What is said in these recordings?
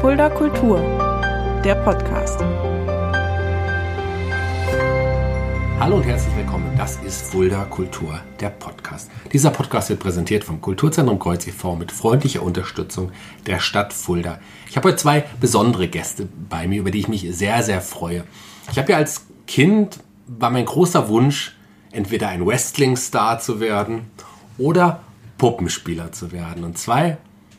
Fulda Kultur, der Podcast. Hallo und herzlich willkommen. Das ist Fulda Kultur, der Podcast. Dieser Podcast wird präsentiert vom Kulturzentrum Kreuz e.V. mit freundlicher Unterstützung der Stadt Fulda. Ich habe heute zwei besondere Gäste bei mir, über die ich mich sehr, sehr freue. Ich habe ja als Kind, war mein großer Wunsch, entweder ein Wrestling-Star zu werden oder Puppenspieler zu werden. Und zwei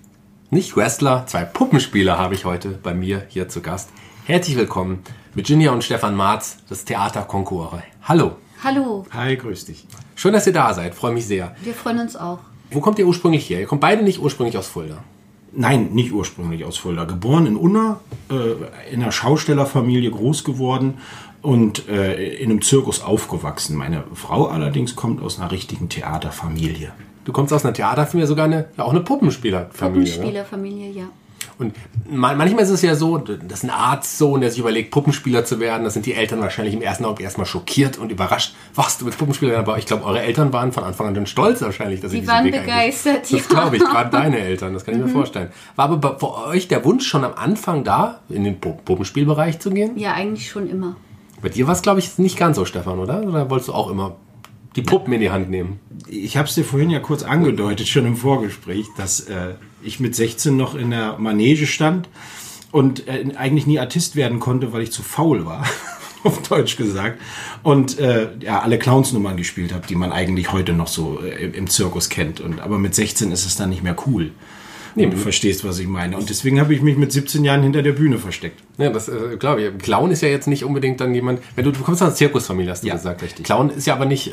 Puppenspieler habe ich heute bei mir hier zu Gast. Herzlich willkommen, Virginia und Stefan Marz, das Theater Concore. Hallo. Hallo. Hi, grüß dich. Schön, dass ihr da seid, freue mich sehr. Wir freuen uns auch. Wo kommt ihr ursprünglich her? Ihr kommt beide nicht ursprünglich aus Fulda. Nein, nicht ursprünglich aus Fulda. Geboren in Unna, in einer Schaustellerfamilie groß geworden und in einem Zirkus aufgewachsen. Meine Frau allerdings kommt aus einer richtigen Theaterfamilie. Du kommst aus einer Theaterfamilie, sogar auch eine Puppenspielerfamilie. Puppenspielerfamilie, ja. Und manchmal ist es ja so, dass ein Arztsohn, der sich überlegt, Puppenspieler zu werden, da sind die Eltern wahrscheinlich im ersten Augenblick erstmal schockiert und überrascht. Was, du willst Puppenspieler werden? Aber ich glaube, eure Eltern waren von Anfang an dann stolz wahrscheinlich, dass ihr diesen waren Weg begeistert, Das glaube ich, gerade deine Eltern, das kann ich mir vorstellen. War aber für euch der Wunsch schon am Anfang da, in den Puppenspielbereich zu gehen? Ja, eigentlich schon immer. Bei dir war es, glaube ich, nicht ganz so, Stefan, oder? Oder wolltest du auch immer die Puppen in die Hand nehmen? Ich habe es dir vorhin ja kurz angedeutet, schon im Vorgespräch, dass ich mit 16 noch in der Manege stand und eigentlich nie Artist werden konnte, weil ich zu faul war, auf Deutsch gesagt. Und alle Clownsnummern gespielt habe, die man eigentlich heute noch so im Zirkus kennt. Aber mit 16 ist es dann nicht mehr cool. Nee, du verstehst, was ich meine. Und deswegen habe ich mich mit 17 Jahren hinter der Bühne versteckt. Ja, das glaube ich. Clown ist ja jetzt nicht unbedingt dann jemand, wenn du kommst aus einer Zirkusfamilie, hast du gesagt. Richtig. Clown ist ja aber nicht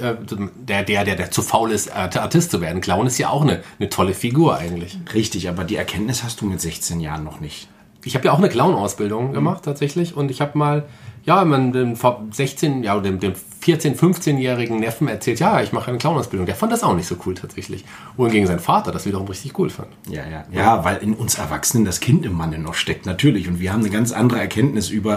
der zu faul ist, Artist zu werden. Clown ist ja auch eine tolle Figur eigentlich. Richtig, aber die Erkenntnis hast du mit 16 Jahren noch nicht. Ich habe ja auch eine Clown-Ausbildung gemacht tatsächlich und ich habe mal dem 14-, 15-jährigen Neffen erzählt, ja, ich mache eine Clown-Ausbildung. Der fand das auch nicht so cool tatsächlich. Wohingegen sein Vater das wiederum richtig cool fand. Ja, weil in uns Erwachsenen das Kind im Manne noch steckt, natürlich. Und wir haben eine ganz andere Erkenntnis über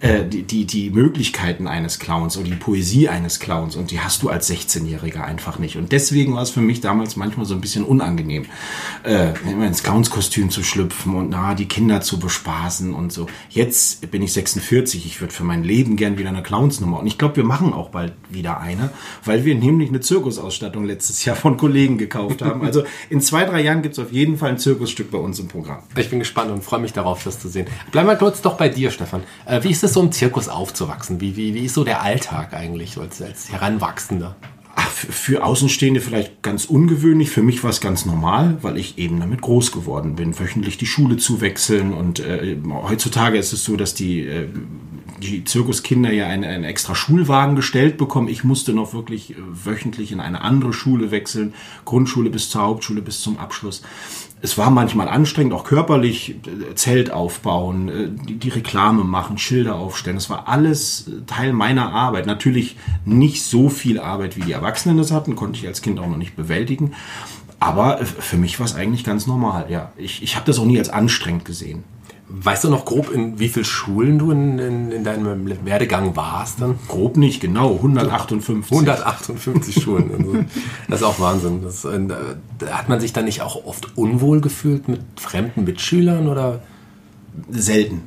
die Möglichkeiten eines Clowns oder die Poesie eines Clowns. Und die hast du als 16-Jähriger einfach nicht. Und deswegen war es für mich damals manchmal so ein bisschen unangenehm, immer ins Clownskostüm zu schlüpfen und die Kinder zu bespaßen und so. Jetzt bin ich 46, ich würde für mein Leben gern wieder eine Clownsnummer. Und ich glaube, wir machen auch bald wieder eine, weil wir nämlich eine Zirkusausstattung letztes Jahr von Kollegen gekauft haben. Also in 2-3 Jahren gibt es auf jeden Fall ein Zirkusstück bei uns im Programm. Ich bin gespannt und freue mich darauf, das zu sehen. Bleib mal kurz doch bei dir, Stefan. Wie ist es so im Zirkus aufzuwachsen? Wie ist so der Alltag eigentlich als Heranwachsender? Für Außenstehende vielleicht ganz ungewöhnlich. Für mich war es ganz normal, weil ich eben damit groß geworden bin, wöchentlich die Schule zu wechseln. Und heutzutage ist es so, dass die Zirkuskinder ja einen extra Schulwagen gestellt bekommen. Ich musste noch wirklich wöchentlich in eine andere Schule wechseln. Grundschule bis zur Hauptschule, bis zum Abschluss. Es war manchmal anstrengend, auch körperlich, Zelt aufbauen, die Reklame machen, Schilder aufstellen. Das war alles Teil meiner Arbeit. Natürlich nicht so viel Arbeit, wie die Erwachsenen das hatten, konnte ich als Kind auch noch nicht bewältigen. Aber für mich war es eigentlich ganz normal. Ja, ich habe das auch nie als anstrengend gesehen. Weißt du noch grob, in wie vielen Schulen du in deinem Werdegang warst dann? Grob nicht, genau, 158. 158 Schulen. Also, das ist auch Wahnsinn. Hat man sich dann nicht auch oft unwohl gefühlt mit fremden Mitschülern, oder? Selten.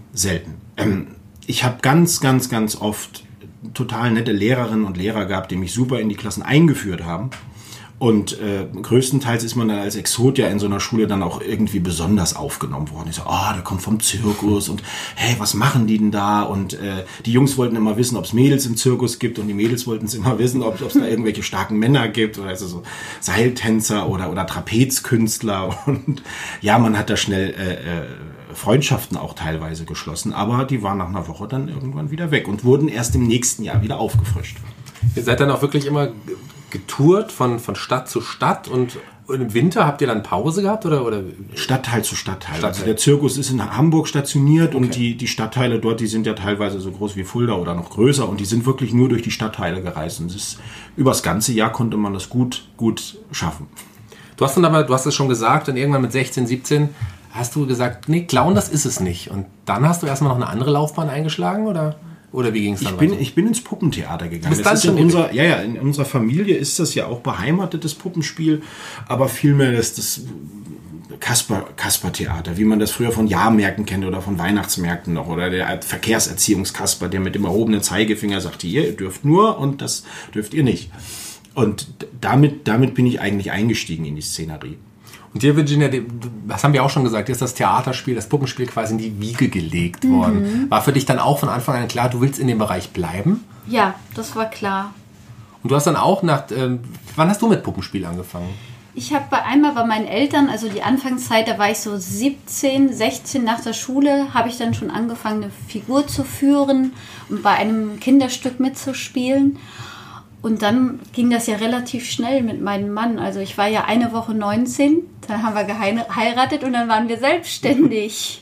Ich habe ganz, ganz, ganz oft total nette Lehrerinnen und Lehrer gehabt, die mich super in die Klassen eingeführt haben. Und größtenteils ist man dann als Exot ja in so einer Schule dann auch irgendwie besonders aufgenommen worden. Ich so, der kommt vom Zirkus und hey, was machen die denn da? Und die Jungs wollten immer wissen, ob es Mädels im Zirkus gibt, und die Mädels wollten es immer wissen, ob es da irgendwelche starken Männer gibt oder also so Seiltänzer oder Trapezkünstler. Und ja, man hat da schnell Freundschaften auch teilweise geschlossen, aber die waren nach einer Woche dann irgendwann wieder weg und wurden erst im nächsten Jahr wieder aufgefrischt. Ihr seid dann auch wirklich immer getourt von Stadt zu Stadt, und im Winter habt ihr dann Pause gehabt? Oder? Stadtteil zu Stadtteil. Also der Zirkus ist in Hamburg stationiert, und die Stadtteile dort, die sind ja teilweise so groß wie Fulda oder noch größer, und die sind wirklich nur durch die Stadtteile gereist. Und über das ganze Jahr konnte man das gut schaffen. Du hast es schon gesagt, und irgendwann mit 16, 17 hast du gesagt, nee, Clown, das ist es nicht. Und dann hast du erstmal noch eine andere Laufbahn eingeschlagen, oder? Oder wie ging es dann weiter? Ich bin ins Puppentheater gegangen. Das ist in unserer Familie ist das ja auch beheimatetes Puppenspiel, aber vielmehr das Kasper-Theater, wie man das früher von Jahrmärkten kennt oder von Weihnachtsmärkten noch, oder der Verkehrserziehungskasper, der mit dem erhobenen Zeigefinger sagt, ihr dürft nur und das dürft ihr nicht. Und damit bin ich eigentlich eingestiegen in die Szenerie. Und dir, Virginia, das haben wir auch schon gesagt, dir ist das Theaterspiel, das Puppenspiel quasi in die Wiege gelegt worden. War für dich dann auch von Anfang an klar, du willst in dem Bereich bleiben? Ja, das war klar. Und du hast dann auch wann hast du mit Puppenspiel angefangen? Ich habe einmal bei meinen Eltern, also die Anfangszeit, da war ich so 17, 16 nach der Schule, habe ich dann schon angefangen, eine Figur zu führen und bei einem Kinderstück mitzuspielen. Und dann ging das ja relativ schnell mit meinem Mann. Also ich war ja eine Woche 19, dann haben wir geheiratet und dann waren wir selbstständig.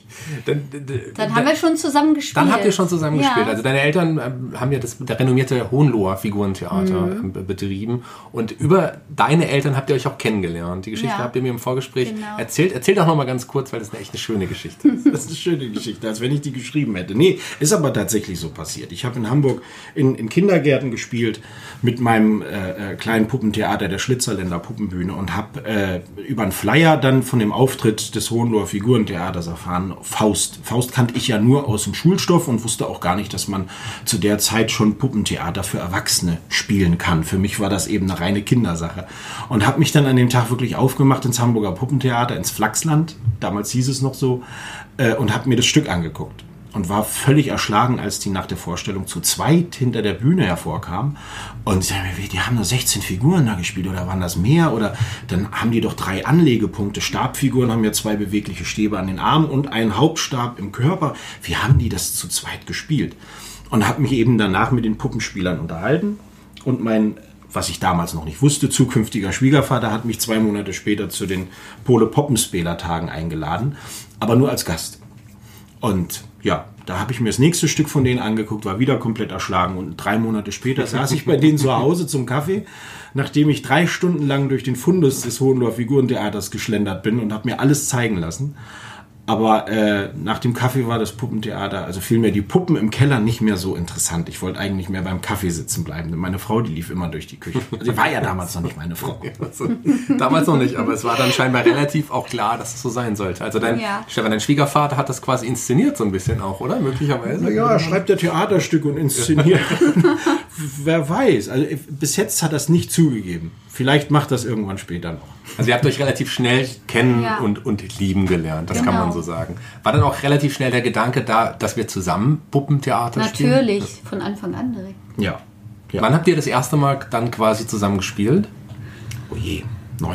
Dann haben wir schon zusammen gespielt. Dann habt ihr schon zusammen gespielt. Ja. Also deine Eltern haben ja das renommierte Hohenloher Figurentheater betrieben. Und über deine Eltern habt ihr euch auch kennengelernt. Die Geschichte habt ihr mir im Vorgespräch erzählt. Erzähl doch noch mal ganz kurz, weil das echt eine schöne Geschichte ist. Das ist eine schöne Geschichte, als wenn ich die geschrieben hätte. Nee, ist aber tatsächlich so passiert. Ich habe in Hamburg in Kindergärten gespielt mit meinem kleinen Puppentheater, der Schlitzerländer Puppenbühne, und habe über einen Flyer dann von dem Auftritt des Hohenloher Figurentheaters erfahren. Faust kannte ich ja nur aus dem Schulstoff und wusste auch gar nicht, dass man zu der Zeit schon Puppentheater für Erwachsene spielen kann. Für mich war das eben eine reine Kindersache. Und habe mich dann an dem Tag wirklich aufgemacht ins Hamburger Puppentheater, ins Flachsland, damals hieß es noch so, und habe mir das Stück angeguckt. Und war völlig erschlagen, als die nach der Vorstellung zu zweit hinter der Bühne hervorkamen. Und sie haben mir, die haben nur 16 Figuren da gespielt, oder waren das mehr? Oder dann haben die doch 3 Anlegepunkte. Stabfiguren haben ja 2 bewegliche Stäbe an den Armen und einen Hauptstab im Körper. Wie haben die das zu zweit gespielt? Und habe mich eben danach mit den Puppenspielern unterhalten. Und mein, was ich damals noch nicht wusste, zukünftiger Schwiegervater hat mich 2 Monate später zu den Pole-Poppenspäler-Tagen eingeladen. Aber nur als Gast. Und ja, da habe ich mir das nächste Stück von denen angeguckt, war wieder komplett erschlagen. Und 3 Monate später saß ich bei denen zu Hause zum Kaffee, nachdem ich 3 Stunden lang durch den Fundus des Hohenloher Figurentheaters geschlendert bin und habe mir alles zeigen lassen. Aber nach dem Kaffee war das Puppentheater, also vielmehr die Puppen im Keller, nicht mehr so interessant. Ich wollte eigentlich mehr beim Kaffee sitzen bleiben. Denn meine Frau, die lief immer durch die Küche. Sie war ja damals noch nicht meine Frau. Damals noch nicht, aber es war dann scheinbar relativ auch klar, dass es so sein sollte. Also Stefan, dein Schwiegervater hat das quasi inszeniert so ein bisschen auch, oder? Möglicherweise? Ja, er schreibt ja Theaterstücke und inszeniert. Wer weiß. Also bis jetzt hat er es nicht zugegeben. Vielleicht macht das irgendwann später noch. Also ihr habt euch relativ schnell kennen und lieben gelernt, das kann man so sagen. War dann auch relativ schnell der Gedanke da, dass wir zusammen Puppentheater spielen? Natürlich, von Anfang an direkt. Ja. Wann habt ihr das erste Mal dann quasi zusammen gespielt? Oh je,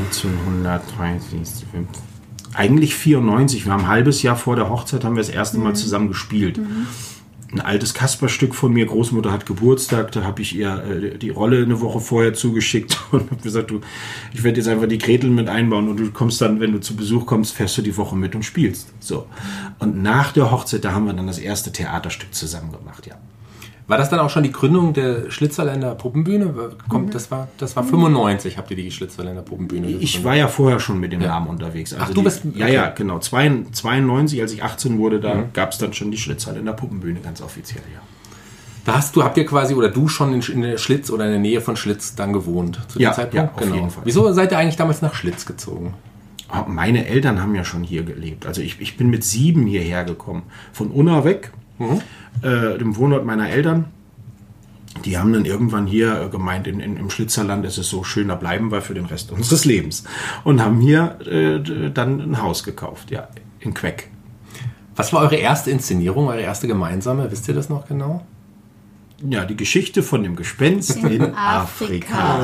1930, eigentlich 94. Wir haben ein halbes Jahr vor der Hochzeit haben wir das erste Mal zusammen gespielt. Ein altes Kasperstück von mir, Großmutter hat Geburtstag, da habe ich ihr die Rolle eine Woche vorher zugeschickt und habe gesagt, ich werde jetzt einfach die Gretel mit einbauen und du kommst dann, wenn du zu Besuch kommst, fährst du die Woche mit und spielst. So. Und nach der Hochzeit, da haben wir dann das erste Theaterstück zusammen gemacht, ja. War das dann auch schon die Gründung der Schlitzerländer Puppenbühne? Das war 95, habt ihr die Schlitzerländer Puppenbühne gegründet? Ich war ja vorher schon mit dem Namen unterwegs. Also du bist... Okay. Ja, genau. 92, als ich 18 wurde, da gab es dann schon die Schlitzerländer Puppenbühne, ganz offiziell, ja. Habt ihr quasi, oder du schon in der Schlitz oder in der Nähe von Schlitz dann gewohnt zu dem Zeitpunkt? Ja, auf jeden Fall. Wieso seid ihr eigentlich damals nach Schlitz gezogen? Meine Eltern haben ja schon hier gelebt. Also ich bin mit 7 hierher gekommen. Von Unna weg, dem Wohnort meiner Eltern. Die haben dann irgendwann hier gemeint, im Schlitzerland ist es so schön, da bleiben wir für den Rest unseres Lebens. Und haben hier dann ein Haus gekauft, ja, in Queck. Was war eure erste Inszenierung, eure erste gemeinsame? Wisst ihr das noch genau? Ja, die Geschichte von dem Gespenst in Afrika.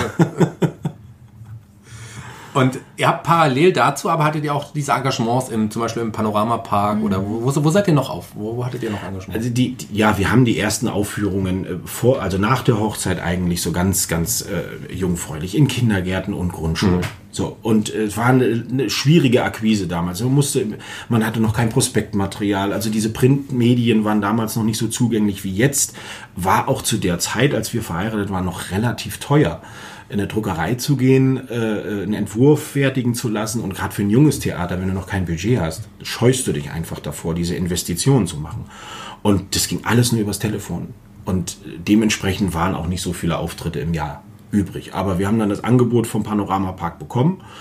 Und ihr habt parallel dazu, aber hattet ihr auch diese Engagements zum Beispiel im Panoramapark oder wo seid ihr noch auf? Wo hattet ihr noch Engagements? Also wir haben die ersten Aufführungen also nach der Hochzeit eigentlich so ganz, ganz jungfräulich in Kindergärten und Grundschulen. So, und es war eine schwierige Akquise damals. Man hatte noch kein Prospektmaterial. Also diese Printmedien waren damals noch nicht so zugänglich wie jetzt. War auch zu der Zeit, als wir verheiratet waren, noch relativ teuer. In eine Druckerei zu gehen, einen Entwurf fertigen zu lassen, und gerade für ein junges Theater, wenn du noch kein Budget hast, scheust du dich einfach davor, diese Investitionen zu machen. Und das ging alles nur übers Telefon. Und dementsprechend waren auch nicht so viele Auftritte im Jahr übrig. Aber wir haben dann das Angebot vom Panoramapark bekommen.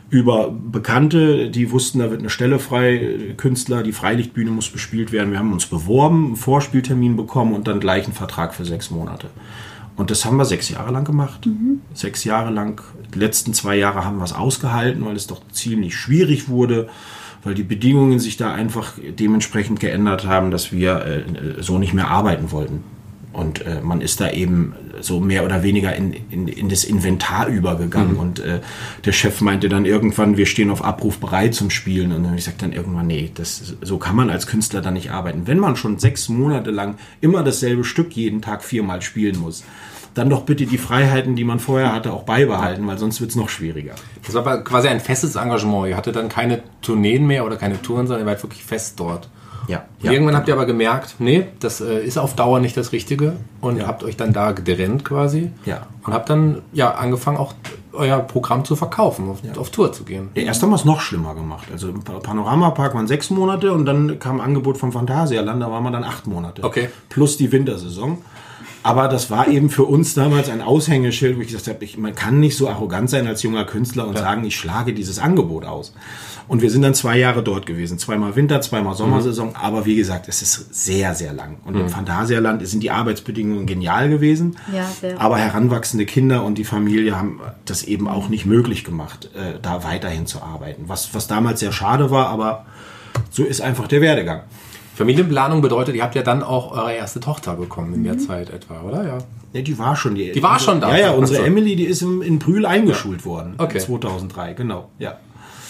über Bekannte, die wussten, da wird eine Stelle frei, Künstler, die Freilichtbühne muss bespielt werden. Wir haben uns beworben, einen Vorspieltermin bekommen und dann gleich einen Vertrag für 6 Monate. Und das haben wir 6 Jahre lang gemacht. 6 Jahre lang. Die letzten 2 Jahre haben wir es ausgehalten, weil es doch ziemlich schwierig wurde, weil die Bedingungen sich da einfach dementsprechend geändert haben, dass wir so nicht mehr arbeiten wollten. Und man ist da eben so mehr oder weniger in das Inventar übergegangen. Und der Chef meinte dann irgendwann, wir stehen auf Abruf bereit zum Spielen. Und ich sagte dann irgendwann, nee, so kann man als Künstler da nicht arbeiten. Wenn man schon 6 Monate lang immer dasselbe Stück jeden Tag 4-mal spielen muss, dann doch bitte die Freiheiten, die man vorher hatte, auch beibehalten, weil sonst wird es noch schwieriger. Das war aber quasi ein festes Engagement. Ihr hattet dann keine Tourneen mehr oder keine Touren, sondern ihr wart wirklich fest dort. Ja. Irgendwann habt ihr aber gemerkt, nee, das ist auf Dauer nicht das Richtige und habt euch dann da getrennt quasi und habt dann angefangen auch euer Programm zu verkaufen, auf Tour zu gehen. Ja, erst haben wir es noch schlimmer gemacht. Also im Panoramapark waren 6 Monate und dann kam ein Angebot vom Phantasialand, da waren wir dann 8 Monate. Okay. Plus die Wintersaison. Aber das war eben für uns damals ein Aushängeschild, wo ich gesagt habe, man kann nicht so arrogant sein als junger Künstler und sagen, ich schlage dieses Angebot aus. Und wir sind dann 2 Jahre dort gewesen. 2-mal Winter, 2-mal Sommersaison. Aber wie gesagt, es ist sehr, sehr lang. Und im Phantasialand sind die Arbeitsbedingungen genial gewesen. Ja, sehr. Aber heranwachsende Kinder und die Familie haben das eben auch nicht möglich gemacht, da weiterhin zu arbeiten. Was damals sehr schade war, aber so ist einfach der Werdegang. Familienplanung bedeutet, ihr habt ja dann auch eure erste Tochter bekommen in der Zeit etwa, oder? Ja. Ja, die war schon. Die war schon da? Ja, unsere Emily, die ist in Brühl eingeschult worden. Okay. 2003, genau, ja.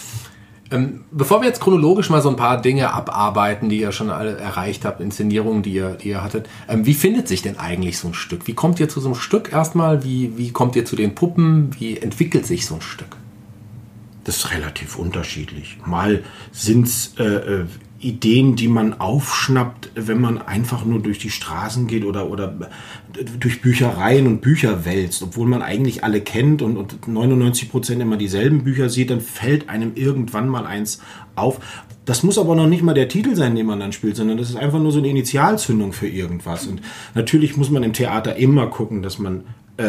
Bevor wir jetzt chronologisch mal so ein paar Dinge abarbeiten, die ihr schon alle erreicht habt, Inszenierungen, die ihr hattet, wie findet sich denn eigentlich so ein Stück? Wie kommt ihr zu so einem Stück erstmal? Wie kommt ihr zu den Puppen? Wie entwickelt sich so ein Stück? Das ist relativ unterschiedlich. Mal sind es Ideen, die man aufschnappt, wenn man einfach nur durch die Straßen geht oder durch Büchereien und Bücher wälzt, obwohl man eigentlich alle kennt und 99% immer dieselben Bücher sieht, dann fällt einem irgendwann mal eins auf. Das muss aber noch nicht mal der Titel sein, den man dann spielt, sondern das ist einfach nur so eine Initialzündung für irgendwas. Und natürlich muss man im Theater immer gucken, dass man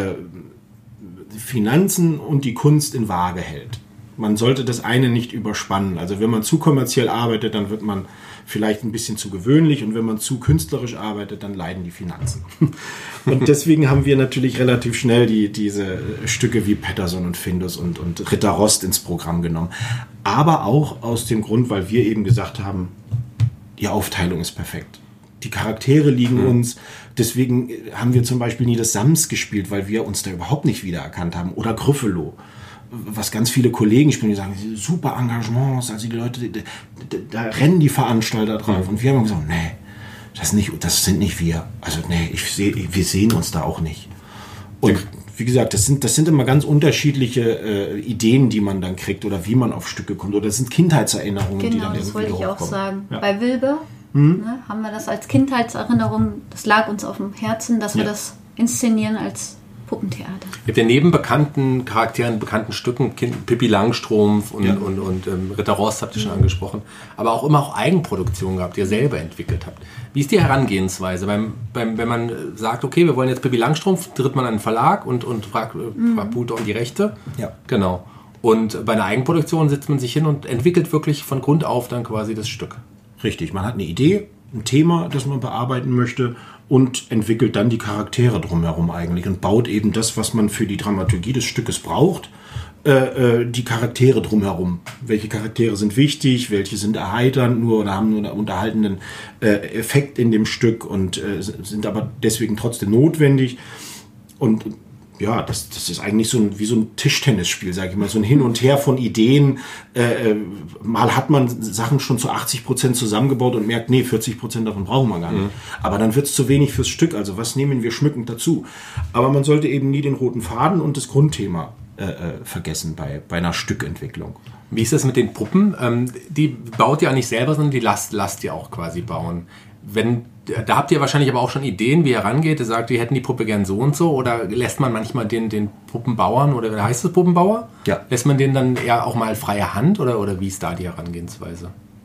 Finanzen und die Kunst in Waage hält. Man sollte das eine nicht überspannen. Also wenn man zu kommerziell arbeitet, dann wird man vielleicht ein bisschen zu gewöhnlich und wenn man zu künstlerisch arbeitet, dann leiden die Finanzen. Und deswegen haben wir natürlich relativ schnell diese Stücke wie Petterson und Findus und Ritter Rost ins Programm genommen. Aber auch aus dem Grund, weil wir eben gesagt haben, die Aufteilung ist perfekt. Die Charaktere liegen uns. Deswegen haben wir zum Beispiel nie das Sams gespielt, weil wir uns da überhaupt nicht wiedererkannt haben. Oder Gryffalo. Was ganz viele Kollegen spielen, die sagen, super Engagements, also die Leute, da rennen die Veranstalter drauf. Und wir haben gesagt, nee, das sind nicht wir. Also nee, wir sehen uns da auch nicht. Und wie gesagt, das sind immer ganz unterschiedliche Ideen, die man dann kriegt oder wie man auf Stücke kommt. Oder das sind Kindheitserinnerungen, die dann irgendwie hochkommen. Genau, das wollte ich auch sagen. Ja. Bei Wilber haben wir das als Kindheitserinnerung, das lag uns auf dem Herzen, dass wir das inszenieren als Puppentheater. Ihr habt ja neben bekannten Charakteren, bekannten Stücken, Pippi Langstrumpf und Ritter Rost habt ihr schon angesprochen, aber auch immer auch Eigenproduktionen gehabt, die ihr selber entwickelt habt. Wie ist die Herangehensweise? Wenn man sagt, okay, wir wollen jetzt Pippi Langstrumpf, tritt man an einen Verlag und fragt Buter um die Rechte. Ja. Genau. Und bei einer Eigenproduktion setzt man sich hin und entwickelt wirklich von Grund auf dann quasi das Stück. Richtig, man hat eine Idee, ein Thema, das man bearbeiten möchte und entwickelt dann die Charaktere drumherum eigentlich und baut eben das, was man für die Dramaturgie des Stückes braucht, die Charaktere drumherum. Welche Charaktere sind wichtig, welche sind erheiternd oder haben nur einen unterhaltenden Effekt in dem Stück und sind aber deswegen trotzdem notwendig. Und ja, das ist eigentlich wie so ein Tischtennisspiel, sage ich mal, so ein Hin und Her von Ideen. Mal hat man Sachen schon zu 80% zusammengebaut und merkt, nee, 40% davon brauchen wir gar nicht. Aber dann wird es zu wenig fürs Stück, also was nehmen wir schmückend dazu? Aber man sollte eben nie den roten Faden und das Grundthema vergessen bei einer Stückentwicklung. Wie ist das mit den Puppen? Die baut ihr auch nicht selber, sondern die lasst ihr auch quasi bauen. Da habt ihr wahrscheinlich aber auch schon Ideen, wie ihr rangeht. Ihr sagt, wir hätten die Puppe gern so und so. Oder lässt man manchmal den Puppenbauern, oder wie heißt das, Puppenbauer? Ja. Lässt man den dann eher auch mal freie Hand? Oder wie ist da die Herangehensweise?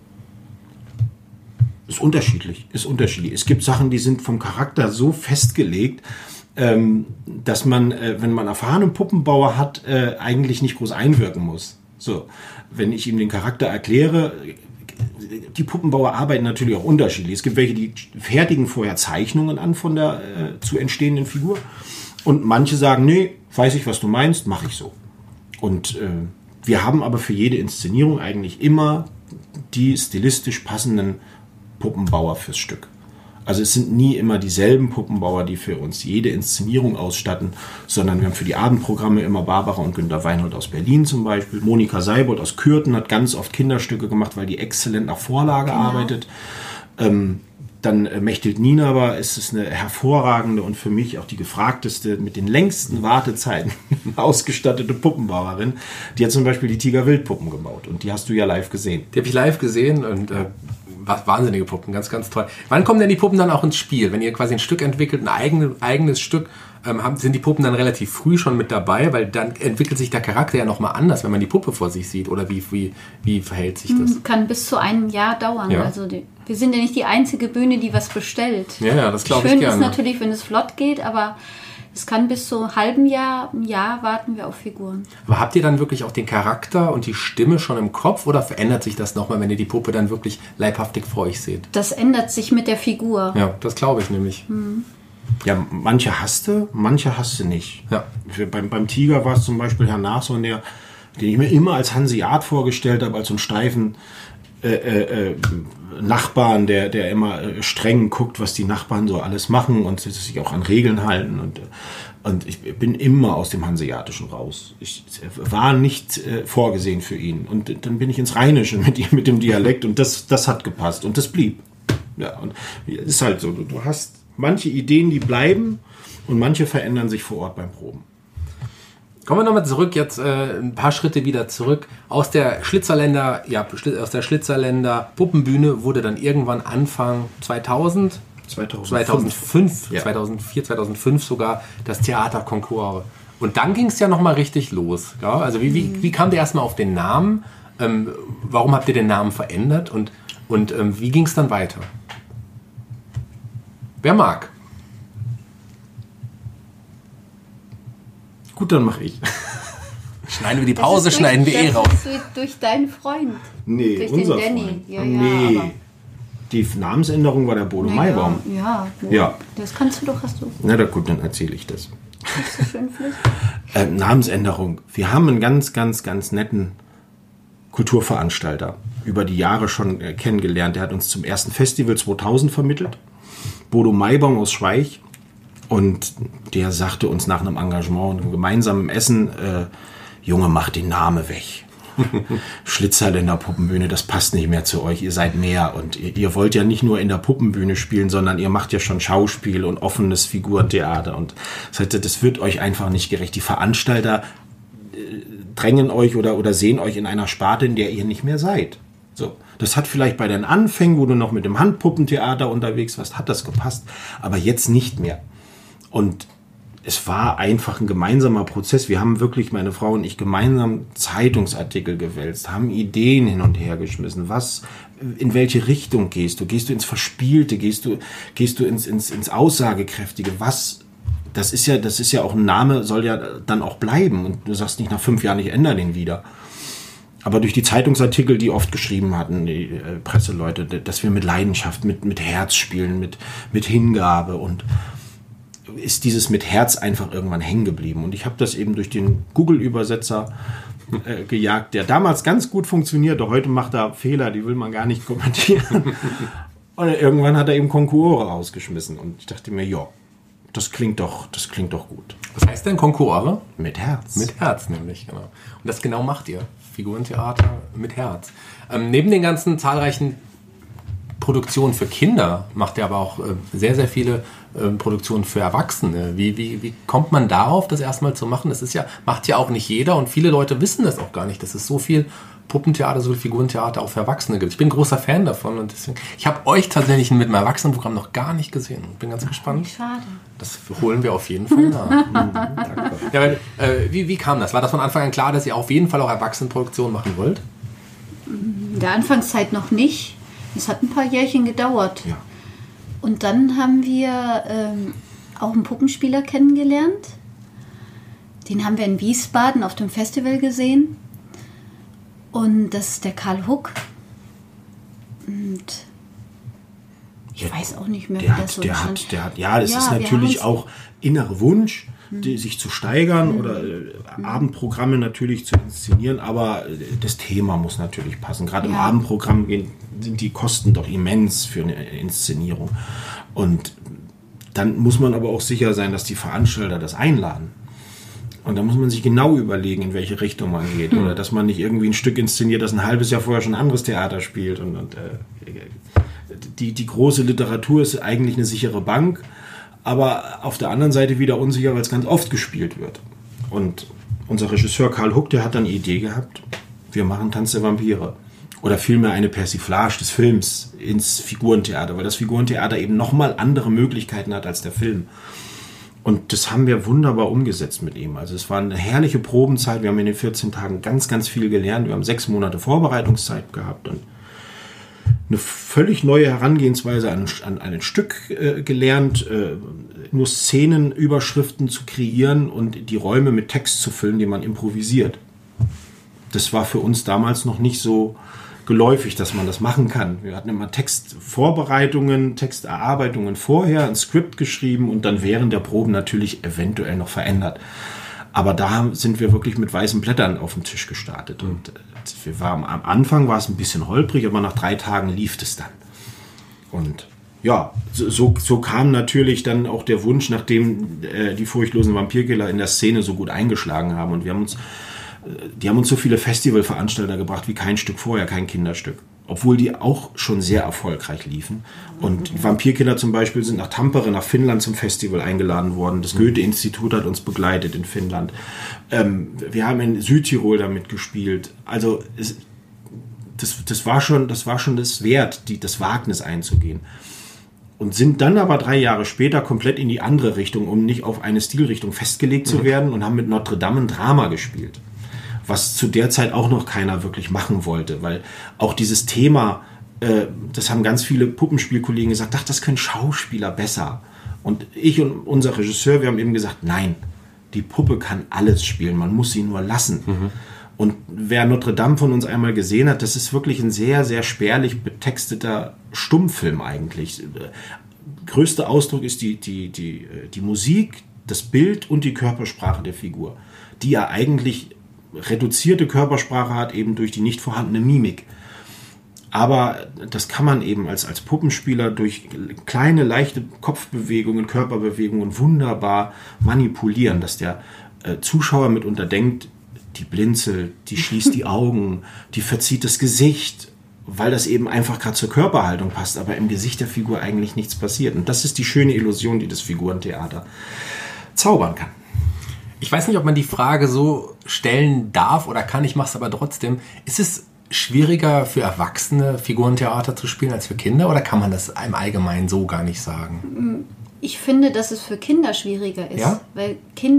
Ist unterschiedlich. Es gibt Sachen, die sind vom Charakter so festgelegt, dass man, wenn man einen erfahrenen Puppenbauer hat, eigentlich nicht groß einwirken muss. So, wenn ich ihm den Charakter erkläre, die Puppenbauer arbeiten natürlich auch unterschiedlich. Es gibt welche, die fertigen vorher Zeichnungen an von der zu entstehenden Figur. Und manche sagen, nee, weiß ich, was du meinst, mache ich so. Und wir haben aber für jede Inszenierung eigentlich immer die stilistisch passenden Puppenbauer fürs Stück. Also es sind nie immer dieselben Puppenbauer, die für uns jede Inszenierung ausstatten, sondern wir haben für die Abendprogramme immer Barbara und Günter Weinhold aus Berlin zum Beispiel. Monika Seibold aus Kürten hat ganz oft Kinderstücke gemacht, weil die exzellent nach Vorlage arbeitet. Dann Mechthild Nienaber ist es eine hervorragende und für mich auch die gefragteste, mit den längsten Wartezeiten ausgestattete Puppenbauerin. Die hat zum Beispiel die Tiger-Wildpuppen gebaut und die hast du ja live gesehen. Die habe ich live gesehen und wahnsinnige Puppen, ganz, ganz toll. Wann kommen denn die Puppen dann auch ins Spiel? Wenn ihr quasi ein Stück entwickelt, ein eigenes Stück, sind die Puppen dann relativ früh schon mit dabei, weil dann entwickelt sich der Charakter ja nochmal anders, wenn man die Puppe vor sich sieht. Oder wie verhält sich das? Kann bis zu einem Jahr dauern. Ja. Also wir sind ja nicht die einzige Bühne, die was bestellt. Ja, das glaube ich gerne. Schön ist natürlich, wenn es flott geht, aber es kann bis zu einem halben Jahr, ein Jahr warten wir auf Figuren. Aber habt ihr dann wirklich auch den Charakter und die Stimme schon im Kopf oder verändert sich das nochmal, wenn ihr die Puppe dann wirklich leibhaftig vor euch seht? Das ändert sich mit der Figur. Ja, das glaube ich nämlich. Ja, manche hasst du nicht. Ja. Beim Tiger war es zum Beispiel Herr Nachson, den ich mir immer als Hanseat vorgestellt habe, als so einen steifen Nachbarn, der immer streng guckt, was die Nachbarn so alles machen und sich auch an Regeln halten. Und ich bin immer aus dem Hanseatischen raus. Ich war nicht vorgesehen für ihn. Und dann bin ich ins Rheinische mit dem Dialekt und das hat gepasst und das blieb. Ja, und es ist halt so, du hast manche Ideen, die bleiben und manche verändern sich vor Ort beim Proben. Kommen wir nochmal zurück, jetzt ein paar Schritte wieder zurück. Aus der Schlitzerländer Puppenbühne wurde dann irgendwann Anfang 2005, ja. 2004, 2005 sogar das Theater Concours. Und dann ging es ja nochmal richtig los. Ja? Also wie kam der erstmal auf den Namen? Warum habt ihr den Namen verändert? Und wie ging es dann weiter? Wer mag? Gut, dann mache ich. Schneiden wir die Pause, schneiden wir raus. Das ist durch deinen Freund. Nee, durch unser den Danny. Freund. Ja, nee, die Namensänderung war der Bodo Maibaum. Ja. Das kannst du doch, hast du. Na gut, dann erzähle ich das. Nicht so schön flüssig. Namensänderung. Wir haben einen ganz, ganz, ganz netten Kulturveranstalter über die Jahre schon kennengelernt. Der hat uns zum ersten Festival 2000 vermittelt. Bodo Maibaum aus Schweich. Und der sagte uns nach einem Engagement und gemeinsamen Essen, Junge, macht den Namen weg. Schlitzerländer Puppenbühne, das passt nicht mehr zu euch, ihr seid mehr. Und ihr wollt ja nicht nur in der Puppenbühne spielen, sondern ihr macht ja schon Schauspiel und offenes Figurentheater. Und das wird euch einfach nicht gerecht. Die Veranstalter drängen euch oder sehen euch in einer Sparte, in der ihr nicht mehr seid. So. Das hat vielleicht bei den Anfängen, wo du noch mit dem Handpuppentheater unterwegs warst, hat das gepasst, aber jetzt nicht mehr. Und es war einfach ein gemeinsamer Prozess. Wir haben wirklich, meine Frau und ich, gemeinsam Zeitungsartikel gewälzt, haben Ideen hin und her geschmissen. In welche Richtung gehst du? Gehst du ins Verspielte? Gehst du ins Aussagekräftige? Das ist ja auch ein Name, soll ja dann auch bleiben. Und du sagst nicht nach 5 Jahren, ich ändere den wieder. Aber durch die Zeitungsartikel, die oft geschrieben hatten, die Presseleute, dass wir mit Leidenschaft, mit Herz spielen, mit Hingabe und ist dieses mit Herz einfach irgendwann hängen geblieben. Und ich habe das eben durch den Google-Übersetzer gejagt, der damals ganz gut funktionierte. Heute macht er Fehler, die will man gar nicht kommentieren. Und irgendwann hat er eben Concours rausgeschmissen. Und ich dachte mir, ja, das klingt doch gut. Was heißt denn Concours? Mit Herz. Mit Herz nämlich, genau. Und das genau macht ihr. Figurentheater mit Herz. Neben den ganzen zahlreichen Produktionen für Kinder macht ihr aber auch sehr, sehr viele Produktionen für Erwachsene. Wie kommt man darauf, das erstmal zu machen? Das macht ja auch nicht jeder und viele Leute wissen das auch gar nicht, dass es so viel Puppentheater, so viel Figurentheater auch für Erwachsene gibt. Ich bin ein großer Fan davon und deswegen, ich habe euch tatsächlich mit dem Erwachsenenprogramm noch gar nicht gesehen. Bin ganz gespannt. Schade. Das holen wir auf jeden Fall nach. Ja, weil, wie kam das? War das von Anfang an klar, dass ihr auf jeden Fall auch Erwachsenenproduktionen machen wollt? In der Anfangszeit noch nicht. Es hat ein paar Jährchen gedauert. Ja. Und dann haben wir auch einen Puppenspieler kennengelernt. Den haben wir in Wiesbaden auf dem Festival gesehen. Und das ist der Karl Huck. Und ich weiß auch nicht mehr, wie das so stand. Das ist natürlich auch innere Wunsch, sich zu steigern oder Abendprogramme natürlich zu inszenieren, aber das Thema muss natürlich passen. Gerade im Abendprogramm sind die Kosten doch immens für eine Inszenierung. Und dann muss man aber auch sicher sein, dass die Veranstalter das einladen. Und da muss man sich genau überlegen, in welche Richtung man geht. Oder dass man nicht irgendwie ein Stück inszeniert, das ein halbes Jahr vorher schon ein anderes Theater spielt. Die große Literatur ist eigentlich eine sichere Bank, aber auf der anderen Seite wieder unsicher, weil es ganz oft gespielt wird. Und unser Regisseur Karl Huck, der hat dann eine Idee gehabt, wir machen Tanz der Vampire. Oder vielmehr eine Persiflage des Films ins Figurentheater, weil das Figurentheater eben nochmal andere Möglichkeiten hat als der Film. Und das haben wir wunderbar umgesetzt mit ihm. Also es war eine herrliche Probenzeit. Wir haben in den 14 Tagen ganz, ganz viel gelernt. Wir haben 6 Monate Vorbereitungszeit gehabt und eine völlig neue Herangehensweise an ein Stück gelernt, nur Szenenüberschriften zu kreieren und die Räume mit Text zu füllen, die man improvisiert. Das war für uns damals noch nicht so geläufig, dass man das machen kann. Wir hatten immer Textvorbereitungen, Texterarbeitungen vorher, ein Skript geschrieben und dann während der Proben natürlich eventuell noch verändert. Aber da sind wir wirklich mit weißen Blättern auf dem Tisch gestartet. Und am Anfang war es ein bisschen holprig, aber nach 3 Tagen lief es dann. Und ja, so kam natürlich dann auch der Wunsch, nachdem die furchtlosen Vampirkiller in der Szene so gut eingeschlagen haben. Und die haben uns so viele Festivalveranstalter gebracht wie kein Stück vorher, kein Kinderstück. Obwohl die auch schon sehr erfolgreich liefen. Und die Vampirkiller zum Beispiel sind nach Tampere, nach Finnland zum Festival eingeladen worden. Das Goethe-Institut hat uns begleitet in Finnland. Wir haben in Südtirol damit gespielt. Also das war schon das Wert, das Wagnis einzugehen. Und sind dann aber 3 Jahre später komplett in die andere Richtung, um nicht auf eine Stilrichtung festgelegt zu werden, und haben mit Notre Dame ein Drama gespielt. Was zu der Zeit auch noch keiner wirklich machen wollte, weil auch dieses Thema, das haben ganz viele Puppenspielkollegen gesagt, ach, das können Schauspieler besser. Und ich und unser Regisseur, wir haben eben gesagt, nein, die Puppe kann alles spielen, man muss sie nur lassen. Und wer Notre Dame von uns einmal gesehen hat, das ist wirklich ein sehr, sehr spärlich betexteter Stummfilm eigentlich. Größter Ausdruck ist die Musik, das Bild und die Körpersprache der Figur, die ja eigentlich reduzierte Körpersprache hat, eben durch die nicht vorhandene Mimik. Aber das kann man eben als Puppenspieler durch kleine, leichte Kopfbewegungen, Körperbewegungen wunderbar manipulieren, dass der Zuschauer mitunter denkt, die blinzelt, die schließt die Augen, die verzieht das Gesicht, weil das eben einfach gerade zur Körperhaltung passt, aber im Gesicht der Figur eigentlich nichts passiert. Und das ist die schöne Illusion, die das Figurentheater zaubern kann. Ich weiß nicht, ob man die Frage so stellen darf oder kann, ich mache es aber trotzdem. Ist es schwieriger für Erwachsene Figurentheater zu spielen als für Kinder, oder kann man das im Allgemeinen so gar nicht sagen? Ich finde, dass es für Kinder schwieriger ist, ja? Weil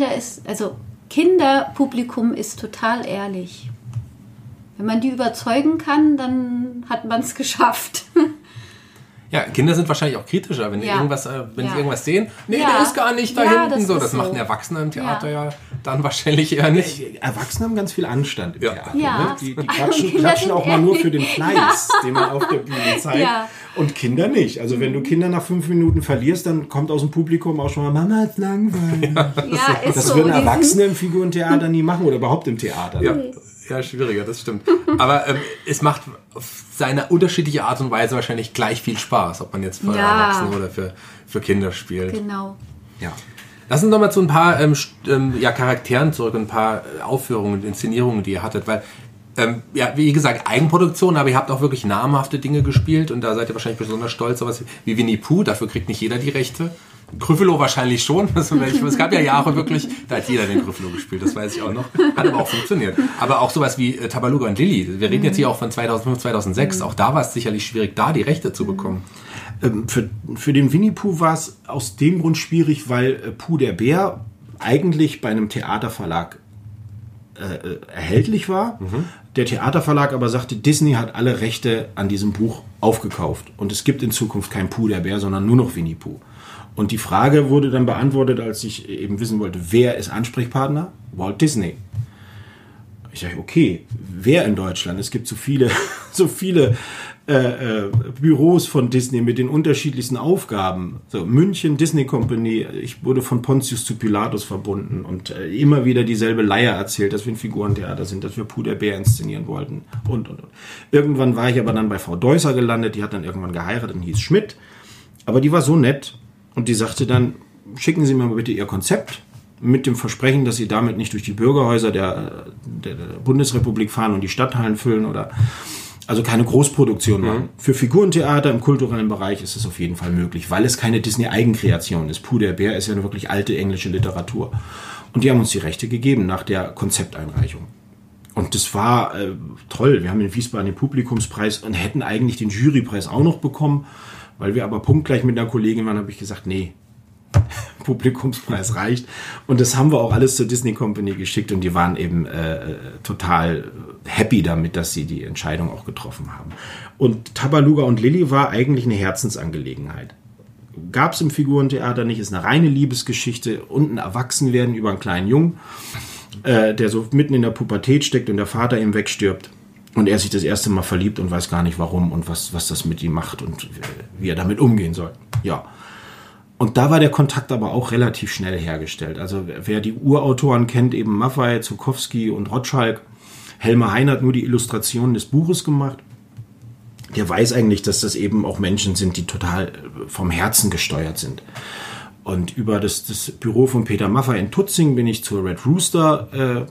Kinderpublikum ist total ehrlich. Wenn man die überzeugen kann, dann hat man es geschafft. Ja, Kinder sind wahrscheinlich auch kritischer, wenn sie irgendwas sehen. Nee, der ist gar nicht da hinten. Das machen Erwachsene im Theater dann wahrscheinlich eher nicht. Erwachsene haben ganz viel Anstand im Theater. Ja. Ne? Die klatschen auch mal nur für den Fleiß, den man auf der Bühne zeigt. Ja. Und Kinder nicht. Also wenn du Kinder nach 5 Minuten verlierst, dann kommt aus dem Publikum auch schon mal, Mama ist langweilig. Das würden Erwachsene im Figurentheater nie machen oder überhaupt im Theater. Ja, schwieriger, das stimmt. Aber es macht auf seine unterschiedliche Art und Weise wahrscheinlich gleich viel Spaß, ob man jetzt für Erwachsene oder für Kinder spielt. Genau. Ja. Lass uns noch mal zu ein paar Charakteren zurück, ein paar Aufführungen und Inszenierungen, die ihr hattet, weil wie gesagt, Eigenproduktion, aber ihr habt auch wirklich namhafte Dinge gespielt und da seid ihr wahrscheinlich besonders stolz, sowas wie Winnie Pooh, dafür kriegt nicht jeder die Rechte. Gryffalo wahrscheinlich schon. Es gab ja Jahre wirklich, da hat jeder den Gryffalo gespielt, das weiß ich auch noch. Hat aber auch funktioniert. Aber auch sowas wie Tabaluga und Lilli. Wir reden jetzt hier auch von 2005, 2006. Auch da war es sicherlich schwierig, da die Rechte zu bekommen. Für den Winnie Pooh war es aus dem Grund schwierig, weil Pooh der Bär eigentlich bei einem Theaterverlag erhältlich war. Der Theaterverlag aber sagte, Disney hat alle Rechte an diesem Buch aufgekauft. Und es gibt in Zukunft kein Pooh der Bär, sondern nur noch Winnie Pooh. Und die Frage wurde dann beantwortet, als ich eben wissen wollte, wer ist Ansprechpartner? Walt Disney. Ich sage, okay, wer in Deutschland? Es gibt so viele Büros von Disney mit den unterschiedlichsten Aufgaben. So, München, Disney Company, ich wurde von Pontius zu Pilatus verbunden und immer wieder dieselbe Leier erzählt, dass wir ein Figurentheater sind, dass wir Puh der Bär inszenieren wollten und. Irgendwann war ich aber dann bei Frau Deusser gelandet, die hat dann irgendwann geheiratet und hieß Schmidt, aber die war so nett und die sagte dann, schicken Sie mir mal bitte Ihr Konzept mit dem Versprechen, dass Sie damit nicht durch die Bürgerhäuser der Bundesrepublik fahren und die Stadthallen füllen oder also keine Großproduktion machen. Für Figurentheater im kulturellen Bereich ist es auf jeden Fall möglich, weil es keine Disney-Eigenkreation ist. Puh der Bär ist ja eine wirklich alte englische Literatur. Und die haben uns die Rechte gegeben nach der Konzepteinreichung. Und das war toll. Wir haben in Wiesbaden den Publikumspreis und hätten eigentlich den Jurypreis auch noch bekommen. Weil wir aber punktgleich mit einer Kollegin waren, habe ich gesagt, nee, Publikumspreis reicht. Und das haben wir auch alles zur Disney Company geschickt und die waren eben total happy damit, dass sie die Entscheidung auch getroffen haben. Und Tabaluga und Lilli war eigentlich eine Herzensangelegenheit. Gab es im Figurentheater nicht, ist eine reine Liebesgeschichte und ein Erwachsenwerden über einen kleinen Jungen, der so mitten in der Pubertät steckt und der Vater ihm wegstirbt. Und er sich das erste Mal verliebt und weiß gar nicht warum und was das mit ihm macht und wie er damit umgehen soll. Ja. Und da war der Kontakt aber auch relativ schnell hergestellt. Also wer die Urautoren kennt, eben Maffay, Zuckowski und Rotschalk. Helmer Hein hat nur die Illustrationen des Buches gemacht. Der weiß eigentlich, dass das eben auch Menschen sind, die total vom Herzen gesteuert sind. Und über das Büro von Peter Maffay in Tutzing bin ich zur Red Rooster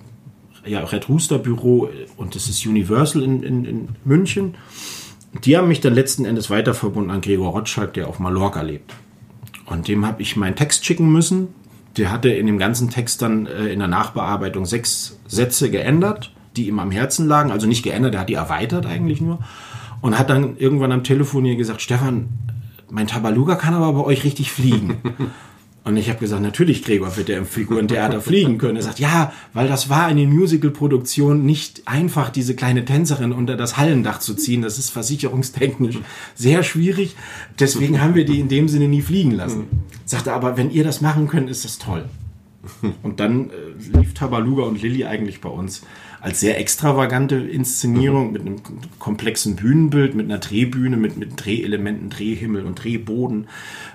Büro und das ist Universal in München. Die haben mich dann letzten Endes weiter verbunden an Gregor Rotschalk, der auf Mallorca lebt. Und dem habe ich meinen Text schicken müssen. Der hatte in dem ganzen Text dann in der Nachbearbeitung 6 Sätze geändert, die ihm am Herzen lagen. Also nicht geändert, er hat die erweitert eigentlich nur. Und hat dann irgendwann am Telefon hier gesagt, Stefan, mein Tabaluga kann aber bei euch richtig fliegen. Und ich habe gesagt, natürlich, Gregor, wird er im Figurentheater fliegen können. Er sagt, ja, weil das war in den Musical-Produktionen nicht einfach, diese kleine Tänzerin unter das Hallendach zu ziehen. Das ist versicherungstechnisch sehr schwierig. Deswegen haben wir die in dem Sinne nie fliegen lassen. Sagte aber, wenn ihr das machen könnt, ist das toll. Und dann lief Tabaluga und Lilli eigentlich bei uns als sehr extravagante Inszenierung mit einem komplexen Bühnenbild, mit einer Drehbühne, mit Drehelementen, Drehhimmel und Drehboden.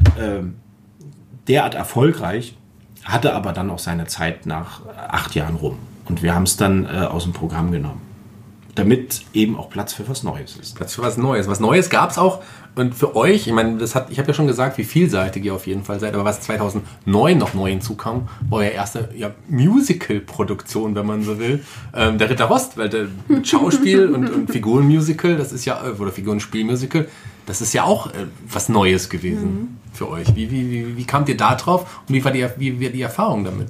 Derart erfolgreich, hatte aber dann auch seine Zeit nach 8 Jahren rum. Und wir haben es dann aus dem Programm genommen. Damit eben auch Platz für was Neues ist. Platz für was Neues. Was Neues gab es auch. Und für euch, ich meine, ich habe ja schon gesagt, wie vielseitig ihr auf jeden Fall seid, aber was 2009 noch neu hinzukam, war euer erste Musical-Produktion, wenn man so will. Der Ritter Rost, weil der Schauspiel und Figurenmusical, das ist ja, oder Figurenspielmusical, das ist ja auch was Neues gewesen für euch. Wie kamt ihr da drauf und wie war die Erfahrung damit?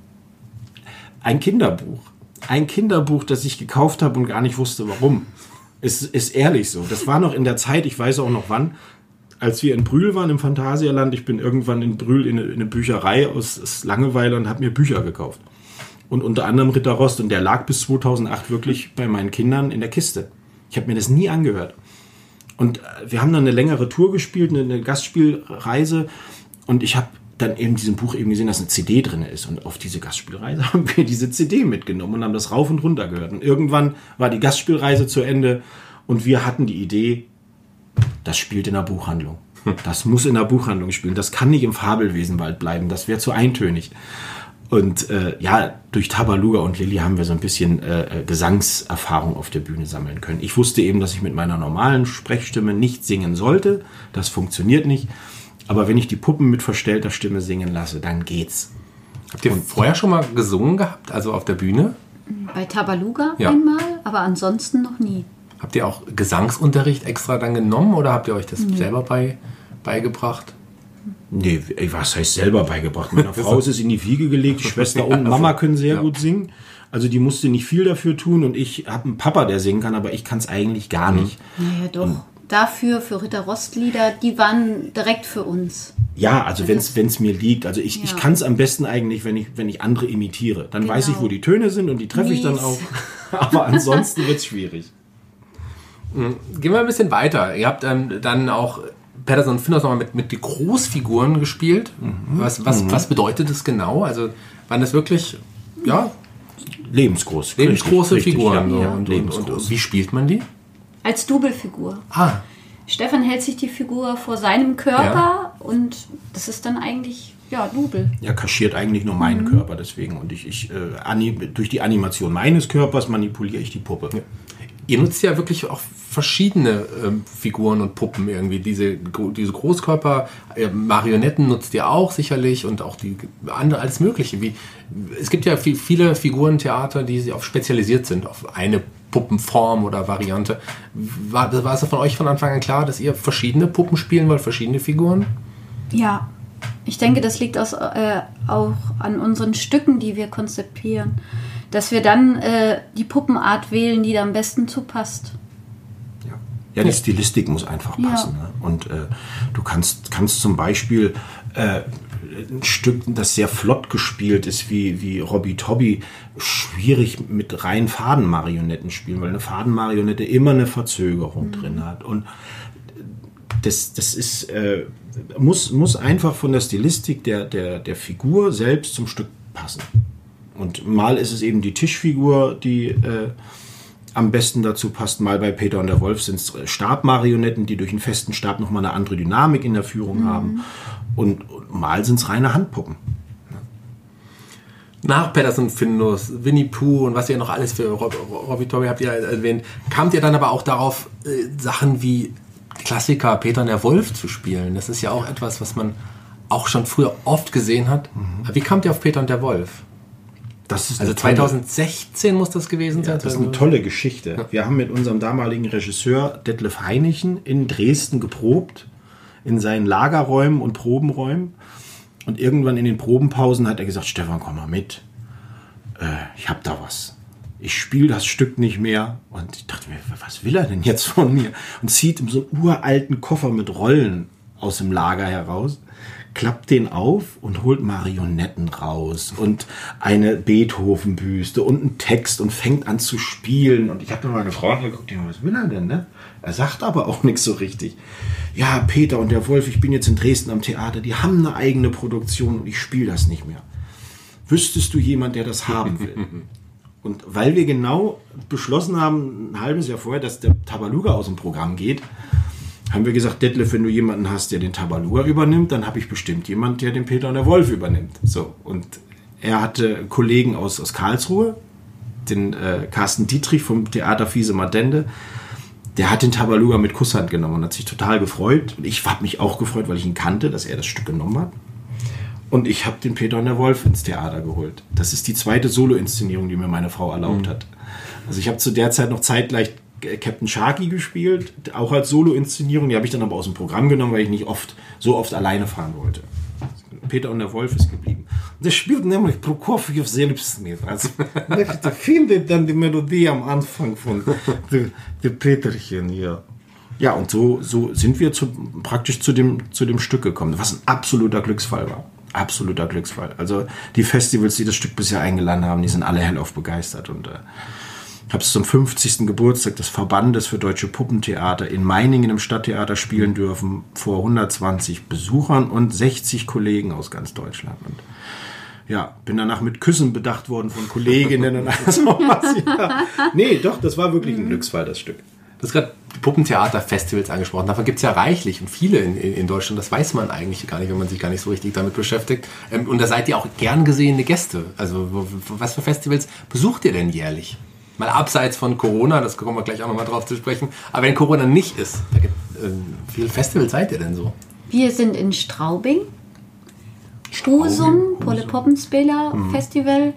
Ein Kinderbuch. Ein Kinderbuch, das ich gekauft habe und gar nicht wusste, warum. Es ist ehrlich so. Das war noch in der Zeit, ich weiß auch noch wann, als wir in Brühl waren im Phantasialand. Ich bin irgendwann in Brühl in eine Bücherei aus Langeweile und habe mir Bücher gekauft. Und unter anderem Ritter Rost. Und der lag bis 2008 wirklich bei meinen Kindern in der Kiste. Ich habe mir das nie angehört. Und wir haben dann eine längere Tour gespielt, eine Gastspielreise. Und ich habe dann eben in diesem Buch eben gesehen, dass eine CD drin ist. Und auf diese Gastspielreise haben wir diese CD mitgenommen und haben das rauf und runter gehört. Und irgendwann war die Gastspielreise zu Ende und wir hatten die Idee, das spielt in der Buchhandlung. Das muss in der Buchhandlung spielen. Das kann nicht im Fabelwesenwald bleiben. Das wäre zu eintönig. Und durch Tabaluga und Lilli haben wir so ein bisschen Gesangserfahrung auf der Bühne sammeln können. Ich wusste eben, dass ich mit meiner normalen Sprechstimme nicht singen sollte. Das funktioniert nicht. Aber wenn ich die Puppen mit verstellter Stimme singen lasse, dann geht's. Habt ihr vorher schon mal gesungen gehabt, also auf der Bühne? Bei Tabaluga einmal, aber ansonsten noch nie. Habt ihr auch Gesangsunterricht extra dann genommen oder habt ihr euch das selber beigebracht? Nee, was heißt selber beigebracht? Meiner Frau ist es in die Wiege gelegt, die Schwester und Mama können sehr gut singen. Also die musste nicht viel dafür tun und ich habe einen Papa, der singen kann, aber ich kann es eigentlich gar nicht. Naja, doch. Dafür, für Ritter Rost-Lieder, die waren direkt für uns. Ja, also wenn es mir liegt. Also ich kann es am besten eigentlich, wenn ich andere imitiere. Dann weiß ich, wo die Töne sind und die treffe ich dann auch. Aber ansonsten wird es schwierig. Gehen wir ein bisschen weiter. Ihr habt dann auch Pettersson und Findus nochmal mit die Großfiguren gespielt. Was bedeutet das genau? Also waren das wirklich Lebensgroß. Lebensgroße richtig, Figuren. ja. So. Und Lebensgroß. wie spielt man die? Als Double-Figur. Ah, Stefan hält sich die Figur vor seinem Körper und das ist dann eigentlich, Double. Ja, kaschiert eigentlich nur meinen Körper deswegen. Und durch die Animation meines Körpers manipuliere ich die Puppe. Ja. Ihr nutzt ja wirklich auch verschiedene Figuren und Puppen irgendwie. Diese Großkörper, Marionetten nutzt ihr auch sicherlich und auch die andere, alles Mögliche. Es gibt ja viele Figurentheater, die sich auf spezialisiert sind, auf eine Puppenform oder Variante. War es von euch von Anfang an klar, dass ihr verschiedene Puppen spielen wollt, verschiedene Figuren? Ja, ich denke, das liegt auch an unseren Stücken, die wir konzipieren. Dass wir dann die Puppenart wählen, die da am besten zupasst. Ja, die Stilistik muss einfach passen. Ne? Und du kannst zum Beispiel ein Stück, das sehr flott gespielt ist, wie Robby Tobby, schwierig mit rein Fadenmarionetten spielen, weil eine Fadenmarionette immer eine Verzögerung drin hat. Und das ist, muss einfach von der Stilistik der Figur selbst zum Stück passen. Und mal ist es eben die Tischfigur, die am besten dazu passt. Mal bei Peter und der Wolf sind es Stabmarionetten, die durch einen festen Stab nochmal eine andere Dynamik in der Führung haben. Und mal sind es reine Handpuppen. Nach Peterson Findus, Winnie Pooh und was ihr noch alles für Robby Tobby habt ihr erwähnt, kamt ihr dann aber auch darauf, Sachen wie Klassiker Peter und der Wolf zu spielen. Das ist ja auch etwas, was man auch schon früher oft gesehen hat. Wie kamt ihr auf Peter und der Wolf? Das ist also 2016 muss das gewesen sein. Ja, das ist eine tolle Geschichte. Ja. Wir haben mit unserem damaligen Regisseur Detlef Heinichen in Dresden geprobt, in seinen Lagerräumen und Probenräumen. Und irgendwann in den Probenpausen hat er gesagt, Stefan, komm mal mit. Ich hab da was. Ich spiele das Stück nicht mehr. Und ich dachte mir, was will er denn jetzt von mir? Und zieht so einen uralten Koffer mit Rollen aus dem Lager heraus, klappt den auf und holt Marionetten raus und eine Beethoven-Büste und einen Text und fängt an zu spielen. Und ich habe dann meine Frau angeguckt, was will er denn, ne? Er sagt aber auch nichts so richtig. Ja, Peter und der Wolf, ich bin jetzt in Dresden am Theater, die haben eine eigene Produktion und ich spiele das nicht mehr. Wüsstest du jemand, der das haben will? Und weil wir genau beschlossen haben, ein halbes Jahr vorher, dass der Tabaluga aus dem Programm geht, haben wir gesagt, Detlef, wenn du jemanden hast, der den Tabaluga übernimmt, dann habe ich bestimmt jemanden, der den Peter und der Wolf übernimmt. So, und er hatte Kollegen aus Karlsruhe, den Carsten Dietrich vom Theater Fiese Madende, der hat den Tabaluga mit Kusshand genommen und hat sich total gefreut. Und ich habe mich auch gefreut, weil ich ihn kannte, dass er das Stück genommen hat. Und ich habe den Peter und der Wolf ins Theater geholt. Das ist die zweite Solo-Inszenierung, die mir meine Frau erlaubt hat. Also ich habe zu der Zeit noch zeitgleich Captain Sharky gespielt, auch als Solo-Inszenierung. Die habe ich dann aber aus dem Programm genommen, weil ich nicht so oft alleine fahren wollte. Peter und der Wolf ist geblieben. Das spielt nämlich Prokofjew selbst mit. Also, der findet dann die Melodie am Anfang von der Peterchen hier. Ja, und so sind wir praktisch zu dem Stück gekommen, was ein absoluter Glücksfall war. Absoluter Glücksfall. Also die Festivals, die das Stück bisher eingeladen haben, die sind alle hellauf begeistert. Und ich habe es zum 50. Geburtstag des Verbandes für Deutsche Puppentheater in Meiningen im Stadttheater spielen dürfen, vor 120 Besuchern und 60 Kollegen aus ganz Deutschland. Und ja, bin danach mit Küssen bedacht worden von Kolleginnen und alles sowas. Ja. Nee, doch, das war wirklich ein Glücksfall, das Stück. Du hast gerade Puppentheater-Festivals angesprochen. Davon gibt es ja reichlich und viele in Deutschland. Das weiß man eigentlich gar nicht, wenn man sich gar nicht so richtig damit beschäftigt. Und da seid ihr auch gern gesehene Gäste. Also was für Festivals besucht ihr denn jährlich? Mal abseits von Corona, das kommen wir gleich auch nochmal drauf zu sprechen. Aber wenn Corona nicht ist, wie viele Festivals seid ihr denn so? Wir sind in Straubing, Husum, Polle Poppenspieler Festival,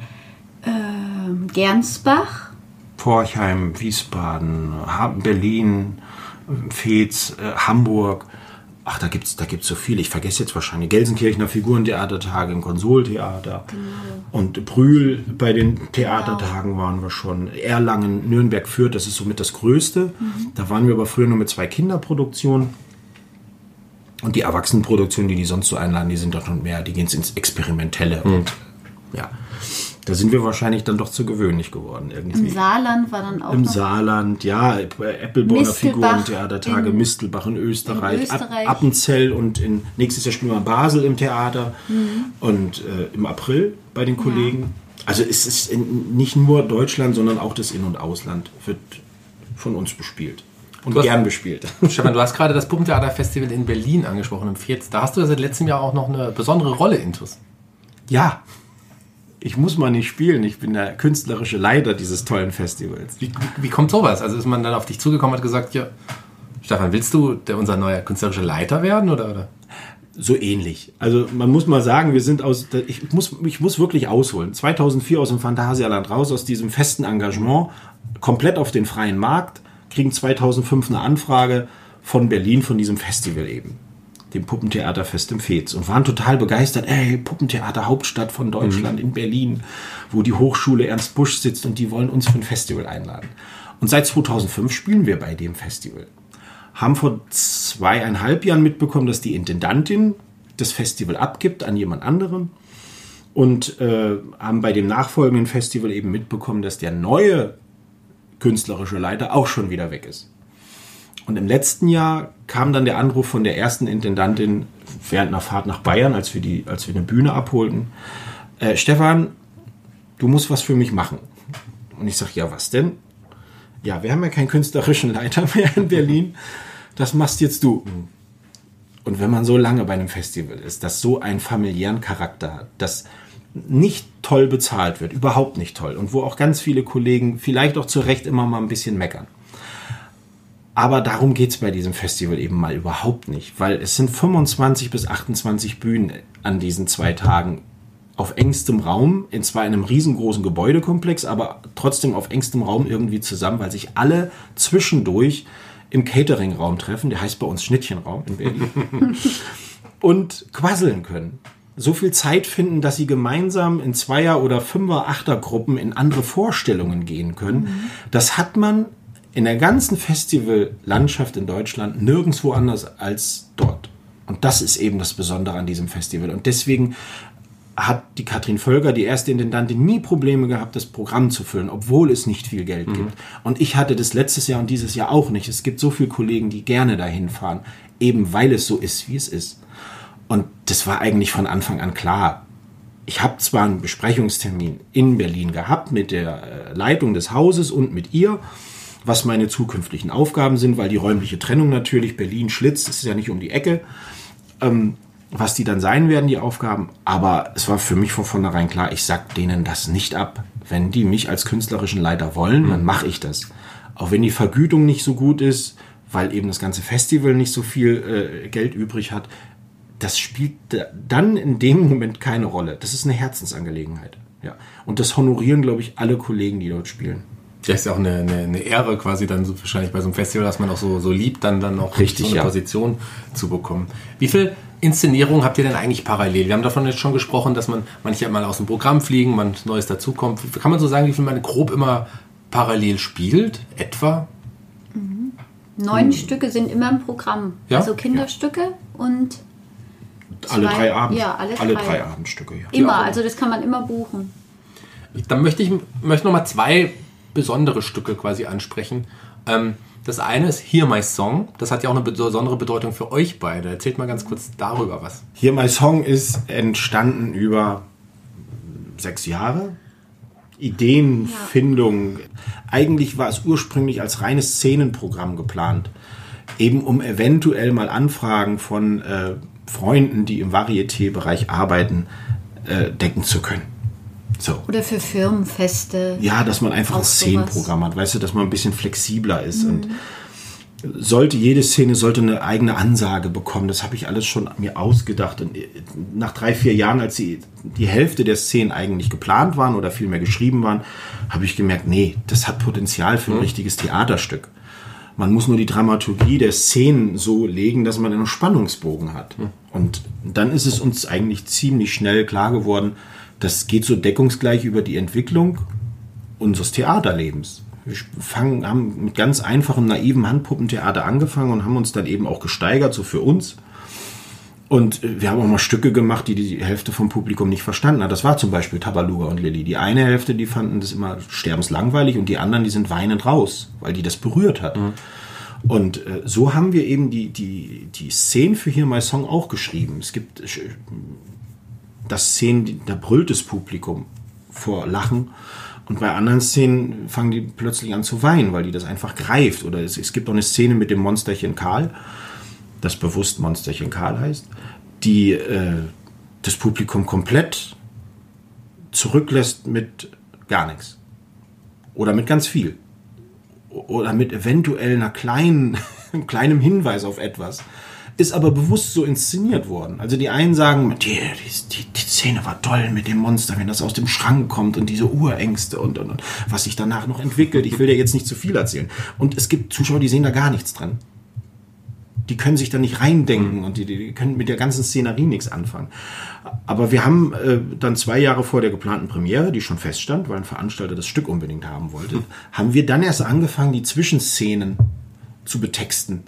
Gernsbach, Forchheim, Wiesbaden, Berlin, Veets, Hamburg. Ach, da gibt's so viel. Ich vergesse jetzt wahrscheinlich. Gelsenkirchener Figurentheatertage im Konsoltheater. Genau. Und Brühl bei den Theatertagen waren wir schon. Erlangen, Nürnberg, Fürth, das ist somit das Größte. Da waren wir aber früher nur mit 2 Kinderproduktionen. Und die Erwachsenenproduktionen, die sonst so einladen, die sind doch schon mehr, die gehen ins Experimentelle. Und ja, da sind wir wahrscheinlich dann doch zu gewöhnlich geworden irgendwie. Im Saarland war dann auch Im Saarland, ja, Eppelborner Figurentheatertage, Mistelbach in Österreich. Appenzell und nächstes Jahr spielen wir in Basel im Theater und im April bei den Kollegen. Also es ist nicht nur Deutschland, sondern auch das In- und Ausland wird von uns bespielt. Und gern bespielt. Stefan, du hast gerade das Puppentheaterfestival in Berlin angesprochen, im Vierz. Da hast du ja seit letztem Jahr auch noch eine besondere Rolle intus. Ja, ich muss mal nicht spielen. Ich bin der künstlerische Leiter dieses tollen Festivals. Wie kommt sowas? Also ist man dann auf dich zugekommen und hat gesagt, ja, Stefan, willst du unser neuer künstlerischer Leiter werden? Oder? So ähnlich. Also man muss mal sagen, ich muss wirklich ausholen. 2004 aus dem Phantasialand raus, aus diesem festen Engagement, komplett auf den freien Markt, kriegen 2005 eine Anfrage von Berlin, von diesem Festival eben, dem Puppentheaterfest im Veetz, und waren total begeistert. Puppentheater, Hauptstadt von Deutschland, in Berlin, wo die Hochschule Ernst Busch sitzt, und die wollen uns für ein Festival einladen. Und seit 2005 spielen wir bei dem Festival. Haben vor 2,5 Jahren mitbekommen, dass die Intendantin das Festival abgibt an jemand anderen, und haben bei dem nachfolgenden Festival eben mitbekommen, dass der neue künstlerische Leiter auch schon wieder weg ist. Und im letzten Jahr kam dann der Anruf von der ersten Intendantin während einer Fahrt nach Bayern, als wir eine Bühne abholten: Stefan, du musst was für mich machen. Und ich sage, ja, was denn? Ja, wir haben ja keinen künstlerischen Leiter mehr in Berlin, das machst jetzt du. Und wenn man so lange bei einem Festival ist, das so einen familiären Charakter hat, das nicht toll bezahlt wird, überhaupt nicht toll, und wo auch ganz viele Kollegen vielleicht auch zu Recht immer mal ein bisschen meckern. Aber darum geht es bei diesem Festival eben mal überhaupt nicht, weil es sind 25 bis 28 Bühnen an diesen 2 Tagen auf engstem Raum, zwar in einem riesengroßen Gebäudekomplex, aber trotzdem auf engstem Raum irgendwie zusammen, weil sich alle zwischendurch im Catering-Raum treffen, der heißt bei uns Schnittchenraum in Berlin, und quasseln können. So viel Zeit finden, dass sie gemeinsam in 2er- oder 5er-, 8er-Gruppen in andere Vorstellungen gehen können. Das hat man in der ganzen Festivallandschaft in Deutschland nirgendwo anders als dort. Und das ist eben das Besondere an diesem Festival. Und deswegen hat die Katrin Völker, die erste Intendantin, nie Probleme gehabt, das Programm zu füllen, obwohl es nicht viel Geld gibt. Und ich hatte das letztes Jahr und dieses Jahr auch nicht. Es gibt so viele Kollegen, die gerne dahin fahren, eben weil es so ist, wie es ist. Und das war eigentlich von Anfang an klar. Ich habe zwar einen Besprechungstermin in Berlin gehabt mit der Leitung des Hauses und mit ihr, was meine zukünftigen Aufgaben sind, weil die räumliche Trennung natürlich, Berlin-Schlitz, das ist ja nicht um die Ecke, was die dann sein werden, die Aufgaben. Aber es war für mich von vornherein klar, ich sag denen das nicht ab. Wenn die mich als künstlerischen Leiter wollen, dann mache ich das. Auch wenn die Vergütung nicht so gut ist, weil eben das ganze Festival nicht so viel Geld übrig hat, das spielt dann in dem Moment keine Rolle. Das ist eine Herzensangelegenheit. Ja. Und das honorieren, glaube ich, alle Kollegen, die dort spielen. Das ist ja auch eine Ehre quasi dann so wahrscheinlich bei so einem Festival, dass man auch so liebt, dann auch richtig, so eine Position zu bekommen. Wie viel Inszenierung habt ihr denn eigentlich parallel? Wir haben davon jetzt schon gesprochen, dass man manche mal aus dem Programm fliegen, man Neues dazukommt. Kann man so sagen, wie viel man grob immer parallel spielt? Etwa? 9 Stücke sind immer im Programm. Ja? Also Kinderstücke und alle 3 Abend. Ja, alle 3 Abendstücke. Ja. Immer, also das kann man immer buchen. Dann möchte ich noch mal 2 besondere Stücke quasi ansprechen. Das eine ist Hear My Song. Das hat ja auch eine besondere Bedeutung für euch beide. Erzählt mal ganz kurz darüber was. Hear My Song ist entstanden über 6 Jahre. Ideenfindung. Ja. Eigentlich war es ursprünglich als reines Szenenprogramm geplant. Eben um eventuell mal Anfragen von Freunden, die im Varieté-Bereich arbeiten, decken zu können. So. Oder für Firmenfeste. Ja, dass man einfach ein Szenenprogramm hat, weißt du, dass man ein bisschen flexibler ist. Und jede Szene sollte eine eigene Ansage bekommen. Das habe ich alles schon mir ausgedacht. Und nach 3-4 Jahren, als die Hälfte der Szenen eigentlich geplant waren oder vielmehr geschrieben waren, habe ich gemerkt, nee, das hat Potenzial für ein richtiges Theaterstück. Man muss nur die Dramaturgie der Szenen so legen, dass man einen Spannungsbogen hat. Und dann ist es uns eigentlich ziemlich schnell klar geworden, das geht so deckungsgleich über die Entwicklung unseres Theaterlebens. Wir haben mit ganz einfachem, naiven Handpuppentheater angefangen und haben uns dann eben auch gesteigert, so für uns. Und wir haben auch mal Stücke gemacht, die Hälfte vom Publikum nicht verstanden hat. Das war zum Beispiel Tabaluga und Lilli. Die eine Hälfte, die fanden das immer sterbenslangweilig, und die anderen, die sind weinend raus, weil die das berührt hat. Und so haben wir eben die Szenen für Hear My Song auch geschrieben. Es gibt das Szenen, da brüllt das Publikum vor Lachen. Und bei anderen Szenen fangen die plötzlich an zu weinen, weil die das einfach greift. Oder es gibt auch eine Szene mit dem Monsterchen Karl, das bewusst Monsterchen Karl heißt, die das Publikum komplett zurücklässt mit gar nichts. Oder mit ganz viel. Oder mit eventuell einem kleinen Hinweis auf etwas. Ist aber bewusst so inszeniert worden. Also die einen sagen, die Szene war toll mit dem Monster, wenn das aus dem Schrank kommt und diese Urängste und was sich danach noch entwickelt. Ich will dir jetzt nicht zu viel erzählen. Und es gibt Zuschauer, die sehen da gar nichts dran. Die können sich da nicht reindenken und die können mit der ganzen Szenerie nichts anfangen. Aber wir haben dann 2 Jahre vor der geplanten Premiere, die schon feststand, weil ein Veranstalter das Stück unbedingt haben wollte, haben wir dann erst angefangen, die Zwischenszenen zu betexten.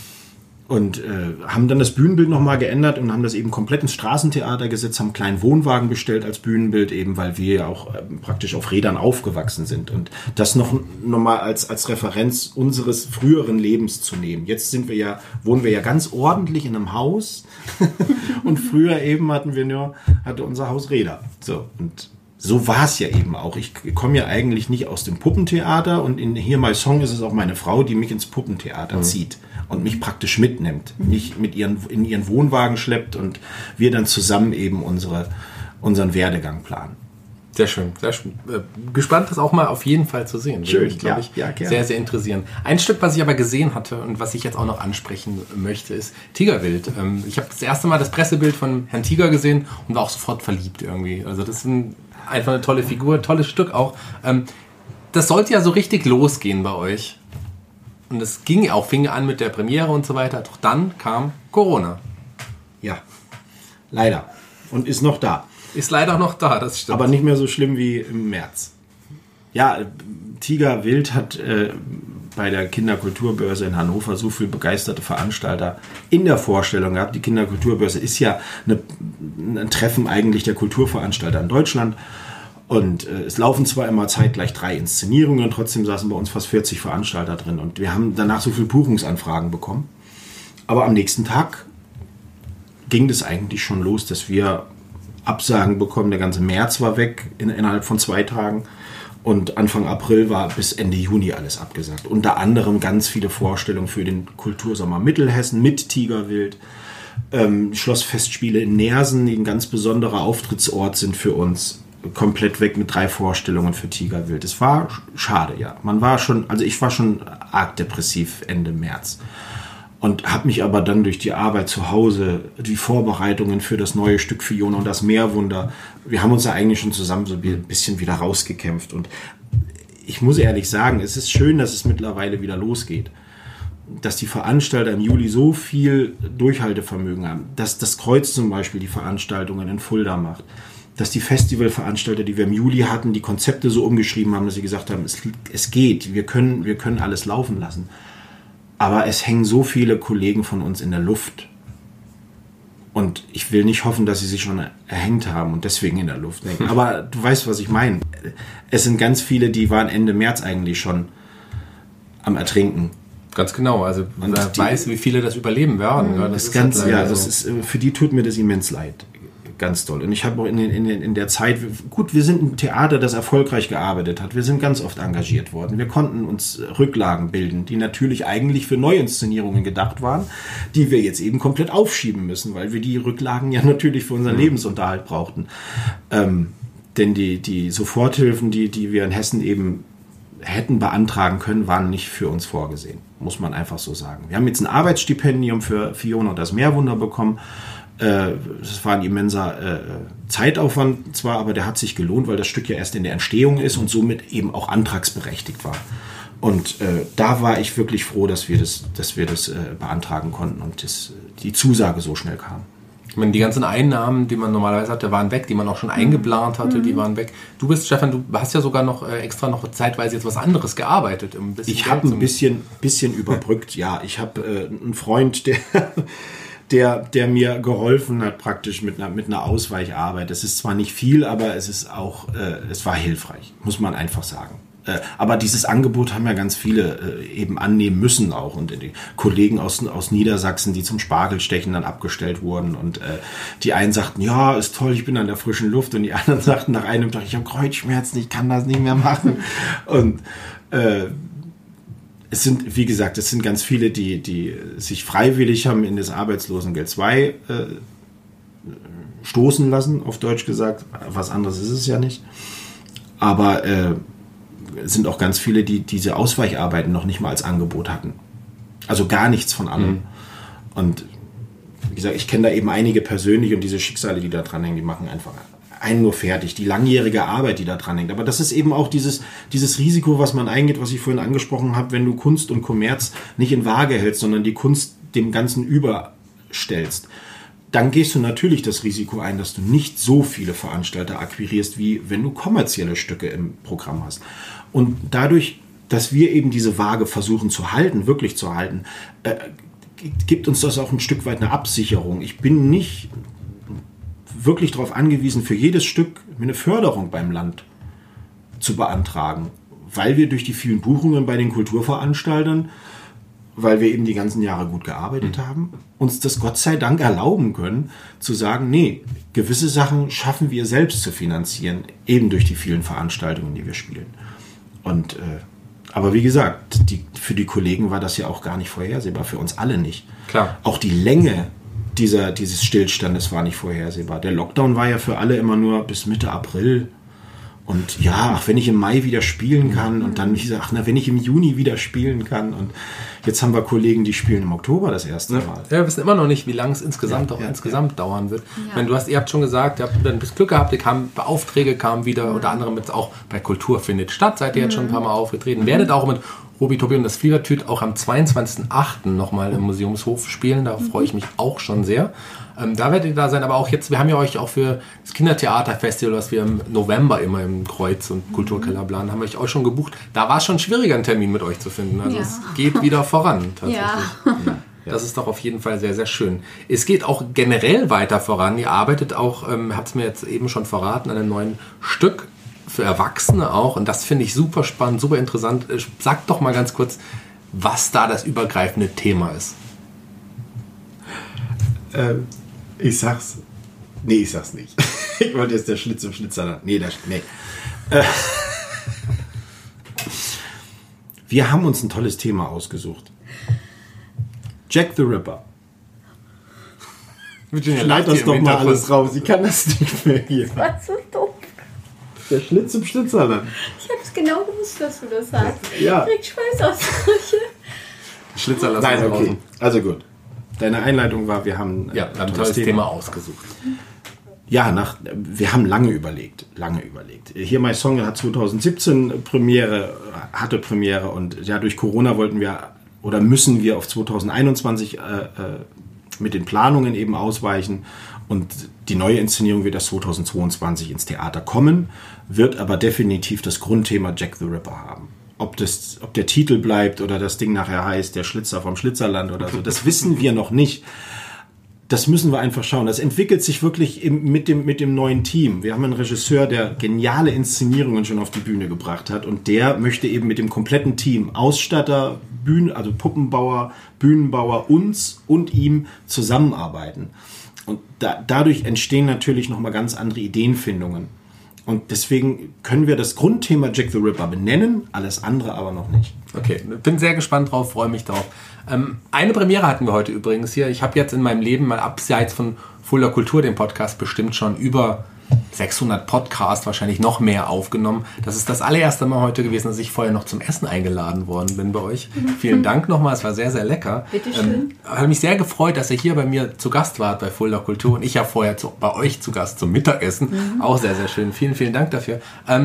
Und haben dann das Bühnenbild nochmal geändert und haben das eben komplett ins Straßentheater gesetzt, haben einen kleinen Wohnwagen bestellt als Bühnenbild, eben weil wir ja auch praktisch auf Rädern aufgewachsen sind. Und das noch mal als Referenz unseres früheren Lebens zu nehmen. Jetzt wohnen wir ja ganz ordentlich in einem Haus und früher eben hatte unser Haus Räder. So, und so war es ja eben auch. Ich komme ja eigentlich nicht aus dem Puppentheater und in Here My Song ist es auch meine Frau, die mich ins Puppentheater zieht und mich praktisch mitnimmt, mich in ihren Wohnwagen schleppt und wir dann zusammen eben unseren Werdegang planen. Sehr schön, sehr schön. Gespannt, das auch mal auf jeden Fall zu sehen. Schön, mich, glaube ich, sehr, sehr interessieren. Ein Stück, was ich aber gesehen hatte und was ich jetzt auch noch ansprechen möchte, ist Tigerwild. Ich habe das erste Mal das Pressebild von Herrn Tiger gesehen und war auch sofort verliebt irgendwie. Also das ist einfach eine tolle Figur, tolles Stück auch. Das sollte ja so richtig losgehen bei euch. Und es fing an mit der Premiere und so weiter. Doch dann kam Corona. Ja, leider. Und ist noch da. Ist leider noch da, das stimmt. Aber nicht mehr so schlimm wie im März. Ja, Tigerwild hat bei der Kinderkulturbörse in Hannover so viele begeisterte Veranstalter in der Vorstellung gehabt. Die Kinderkulturbörse ist ja ein Treffen eigentlich der Kulturveranstalter in Deutschland. Und es laufen zwar immer zeitgleich 3 Inszenierungen, trotzdem saßen bei uns fast 40 Veranstalter drin. Und wir haben danach so viele Buchungsanfragen bekommen. Aber am nächsten Tag ging das eigentlich schon los, dass wir Absagen bekommen. Der ganze März war weg innerhalb von 2 Tagen. Und Anfang April war bis Ende Juni alles abgesagt. Unter anderem ganz viele Vorstellungen für den Kultursommer Mittelhessen mit Tigerwild. Schlossfestspiele in Neersen, die ein ganz besonderer Auftrittsort sind für uns. Komplett weg mit 3 Vorstellungen für Tigerwild. Es war schade, ja. Ich war schon arg depressiv Ende März. Und habe mich aber dann durch die Arbeit zu Hause, die Vorbereitungen für das neue Stück Fiona und das Meerwunder, wir haben uns da eigentlich schon zusammen so ein bisschen wieder rausgekämpft. Und ich muss ehrlich sagen, es ist schön, dass es mittlerweile wieder losgeht. Dass die Veranstalter im Juli so viel Durchhaltevermögen haben. Dass das Kreuz zum Beispiel die Veranstaltungen in Fulda macht. Dass die Festivalveranstalter, die wir im Juli hatten, die Konzepte so umgeschrieben haben, dass sie gesagt haben, es geht, wir können alles laufen lassen. Aber es hängen so viele Kollegen von uns in der Luft. Und ich will nicht hoffen, dass sie sich schon erhängt haben und deswegen in der Luft hängen. Aber du weißt, was ich meine. Es sind ganz viele, die waren Ende März eigentlich schon am Ertrinken. Ganz genau. Also man weiß, wie viele das überleben werden. Ja, für die tut mir das immens leid. Ganz toll. Und ich habe auch in der Zeit, gut, wir sind ein Theater, das erfolgreich gearbeitet hat. Wir sind ganz oft engagiert worden. Wir konnten uns Rücklagen bilden, die natürlich eigentlich für Neuinszenierungen gedacht waren, die wir jetzt eben komplett aufschieben müssen, weil wir die Rücklagen ja natürlich für unseren Lebensunterhalt brauchten. Denn die Soforthilfen, die wir in Hessen eben hätten beantragen können, waren nicht für uns vorgesehen. Muss man einfach so sagen. Wir haben jetzt ein Arbeitsstipendium für Fiona und das Meerwunder bekommen. Das war ein immenser Zeitaufwand zwar, aber der hat sich gelohnt, weil das Stück ja erst in der Entstehung ist und somit eben auch antragsberechtigt war. Und da war ich wirklich froh, dass wir das beantragen konnten und die Zusage so schnell kam. Ich meine, die ganzen Einnahmen, die man normalerweise hatte, waren weg, die man auch schon eingeplant hatte, die waren weg. Du bist, Stefan, du hast ja sogar noch extra noch zeitweise jetzt was anderes gearbeitet. Ich habe ein bisschen überbrückt, ja. Ich habe einen Freund, der mir geholfen hat, praktisch mit einer Ausweicharbeit. Das ist zwar nicht viel, aber es ist auch, es war hilfreich, muss man einfach sagen. Aber dieses Angebot haben ja ganz viele eben annehmen müssen auch. Und die Kollegen aus Niedersachsen, die zum Spargelstechen dann abgestellt wurden. Und die einen sagten, ja, ist toll, ich bin an der frischen Luft. Und die anderen sagten nach einem Tag, ich habe Kreuzschmerzen, ich kann das nicht mehr machen. Und es sind, wie gesagt, es sind ganz viele, die sich freiwillig haben in das Arbeitslosengeld 2 stoßen lassen, auf Deutsch gesagt. Was anderes ist es ja nicht. Aber es sind auch ganz viele, die diese Ausweicharbeiten noch nicht mal als Angebot hatten. Also gar nichts von allem. Und wie gesagt, ich kenne da eben einige persönlich und diese Schicksale, die da dran hängen, die machen einfach einen nur fertig. Die langjährige Arbeit, die da dran hängt. Aber das ist eben auch dieses Risiko, was man eingeht, was ich vorhin angesprochen habe, wenn du Kunst und Kommerz nicht in Waage hältst, sondern die Kunst dem Ganzen überstellst. Dann gehst du natürlich das Risiko ein, dass du nicht so viele Veranstalter akquirierst, wie wenn du kommerzielle Stücke im Programm hast. Und dadurch, dass wir eben diese Waage versuchen zu halten, wirklich zu halten, gibt uns das auch ein Stück weit eine Absicherung. Ich bin nicht wirklich darauf angewiesen, für jedes Stück eine Förderung beim Land zu beantragen, weil wir durch die vielen Buchungen bei den Kulturveranstaltern, weil wir eben die ganzen Jahre gut gearbeitet haben, uns das Gott sei Dank erlauben können, zu sagen, nee, gewisse Sachen schaffen wir selbst zu finanzieren, eben durch die vielen Veranstaltungen, die wir spielen. Und aber wie gesagt, für die Kollegen war das ja auch gar nicht vorhersehbar, für uns alle nicht. Klar. Auch die Länge dieses Stillstandes war nicht vorhersehbar. Der Lockdown war ja für alle immer nur bis Mitte April. Und ja, ach, wenn ich im Mai wieder spielen kann und dann wenn ich im Juni wieder spielen kann. Und jetzt haben wir Kollegen, die spielen im Oktober das erste Mal. Ja, wir wissen immer noch nicht, wie lange es insgesamt dauern wird. Ja. Ich meine, ihr habt schon gesagt, ihr habt dann bis Glück gehabt, Aufträge kamen wieder, unter anderem jetzt auch bei Kultur findet statt, seid ihr jetzt schon ein paar Mal aufgetreten. Werdet auch mit Robi, Tobi und das Fliegertüt auch am 22.08. nochmal im Museumshof spielen, da freue ich mich auch schon sehr. Da werdet ihr da sein, aber auch jetzt, wir haben ja euch auch für das Kindertheaterfestival, was wir im November immer im Kreuz- und Kulturkeller planen, haben wir euch auch schon gebucht. Da war es schon schwieriger, einen Termin mit euch zu finden. Also es geht wieder voran tatsächlich. Ja. Das ist doch auf jeden Fall sehr, sehr schön. Es geht auch generell weiter voran. Ihr arbeitet auch, habt es mir jetzt eben schon verraten, an einem neuen Stück für Erwachsene auch. Und das finde ich super spannend, super interessant. Sagt doch mal ganz kurz, was da das übergreifende Thema ist. Ich sag's. Nee, ich sag's nicht. Ich wollte jetzt der Schlitz im Schlitzer. Nee. Wir haben uns ein tolles Thema ausgesucht. Jack the Ripper. Schneid das doch mal alles raus. Ich kann das nicht mehr hier. Das war so doof. Der Schlitz im Schlitzerland. Ich hab's genau gewusst, dass du das sagst. Ja. Ich krieg Schweißausbrüche. Schlitzer lassen. Nein, okay. Also gut. Deine Einleitung war, wir haben ein tolles Thema ausgesucht. Ja, wir haben lange überlegt. Hier My Song hat 2017 hatte Premiere und ja, durch Corona müssen wir auf 2021 mit den Planungen eben ausweichen und die neue Inszenierung wird erst 2022 ins Theater kommen, wird aber definitiv das Grundthema Jack the Ripper haben. Ob der Titel bleibt oder das Ding nachher heißt, der Schlitzer vom Schlitzerland oder so, das wissen wir noch nicht. Das müssen wir einfach schauen. Das entwickelt sich wirklich mit dem neuen Team. Wir haben einen Regisseur, der geniale Inszenierungen schon auf die Bühne gebracht hat und der möchte eben mit dem kompletten Team, Ausstatter, also Puppenbauer, Bühnenbauer, uns und ihm zusammenarbeiten. Und dadurch entstehen natürlich nochmal ganz andere Ideenfindungen. Und deswegen können wir das Grundthema Jack the Ripper benennen, alles andere aber noch nicht. Okay, bin sehr gespannt drauf, freue mich drauf. Eine Premiere hatten wir heute übrigens hier. Ich habe jetzt in meinem Leben mal abseits von Fulda Kultur, dem Podcast, bestimmt schon über 600 Podcasts, wahrscheinlich noch mehr aufgenommen. Das ist das allererste Mal heute gewesen, dass ich vorher noch zum Essen eingeladen worden bin bei euch. Vielen Dank nochmal, es war sehr, sehr lecker. Bitteschön. Hat mich sehr gefreut, dass ihr hier bei mir zu Gast wart bei Fulda Kultur und ich ja vorher bei euch zu Gast zum Mittagessen. Auch sehr, sehr schön. Vielen, vielen Dank dafür.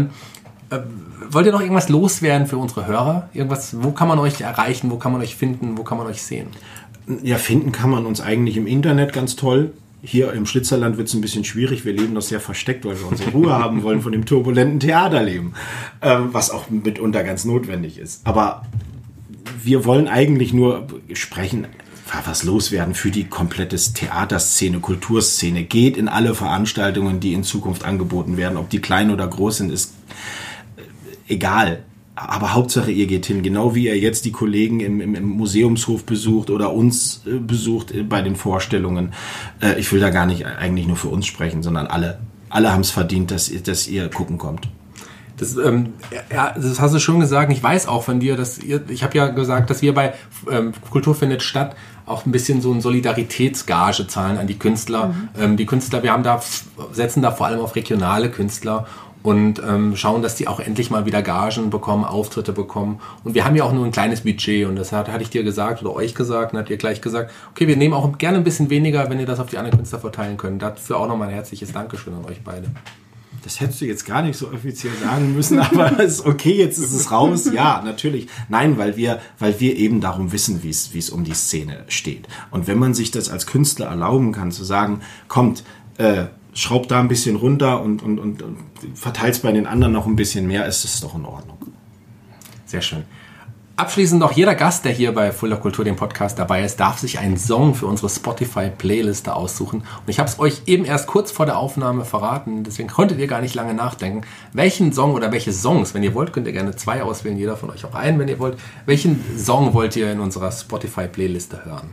Wollt ihr noch irgendwas loswerden für unsere Hörer? Irgendwas, wo kann man euch erreichen? Wo kann man euch finden? Wo kann man euch sehen? Ja, finden kann man uns eigentlich im Internet ganz toll. Hier im Schlitzerland wird es ein bisschen schwierig. Wir leben noch sehr versteckt, weil wir unsere Ruhe haben wollen von dem turbulenten Theaterleben, was auch mitunter ganz notwendig ist. Aber wir wollen eigentlich nur sprechen, was loswerden für die komplette Theaterszene, Kulturszene. Geht in alle Veranstaltungen, die in Zukunft angeboten werden. Ob die klein oder groß sind, ist egal. Aber Hauptsache, ihr geht hin, genau wie ihr jetzt die Kollegen im Museumshof besucht oder uns besucht bei den Vorstellungen. Ich will da gar nicht eigentlich nur für uns sprechen, sondern alle haben es verdient, dass ihr gucken kommt. Das hast du schon gesagt. Ich weiß auch von dir, ich habe ja gesagt, dass wir bei Kultur findet statt auch ein bisschen so eine Solidaritätsgage zahlen an die Künstler. Die Künstler, setzen da vor allem auf regionale Künstler und schauen, dass die auch endlich mal wieder Gagen bekommen, Auftritte bekommen. Und wir haben ja auch nur ein kleines Budget und das hatte ich dir gesagt oder euch gesagt und habt ihr gleich gesagt, okay, wir nehmen auch gerne ein bisschen weniger, wenn ihr das auf die anderen Künstler verteilen könnt. Dafür auch nochmal ein herzliches Dankeschön an euch beide. Das hättest du jetzt gar nicht so offiziell sagen müssen, aber es ist okay, jetzt ist es raus. Ja, natürlich. Nein, weil wir eben darum wissen, wie es um die Szene steht. Und wenn man sich das als Künstler erlauben kann, zu sagen, kommt, schraubt da ein bisschen runter und verteilt es bei den anderen noch ein bisschen mehr, ist es doch in Ordnung. Sehr schön. Abschließend noch, jeder Gast, der hier bei Fulda Kultur, dem Podcast, dabei ist, darf sich einen Song für unsere Spotify-Playliste aussuchen. Und ich habe es euch eben erst kurz vor der Aufnahme verraten, deswegen konntet ihr gar nicht lange nachdenken. Welchen Song oder welche Songs, wenn ihr wollt, könnt ihr gerne 2 auswählen, jeder von euch auch einen, wenn ihr wollt. Welchen Song wollt ihr in unserer Spotify-Playliste hören?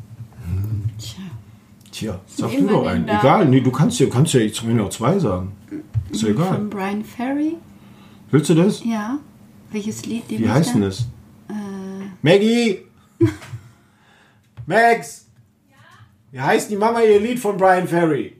Tja, sag du doch einen. Egal, nee, du kannst ja jetzt zumindest auch 2 sagen. Ist ja egal. Von Brian Ferry. Willst du das? Ja. Welches Lied? Wie heißt denn das? Maggie! Max! Ja? Wie heißt die Mama ihr Lied von Brian Ferry?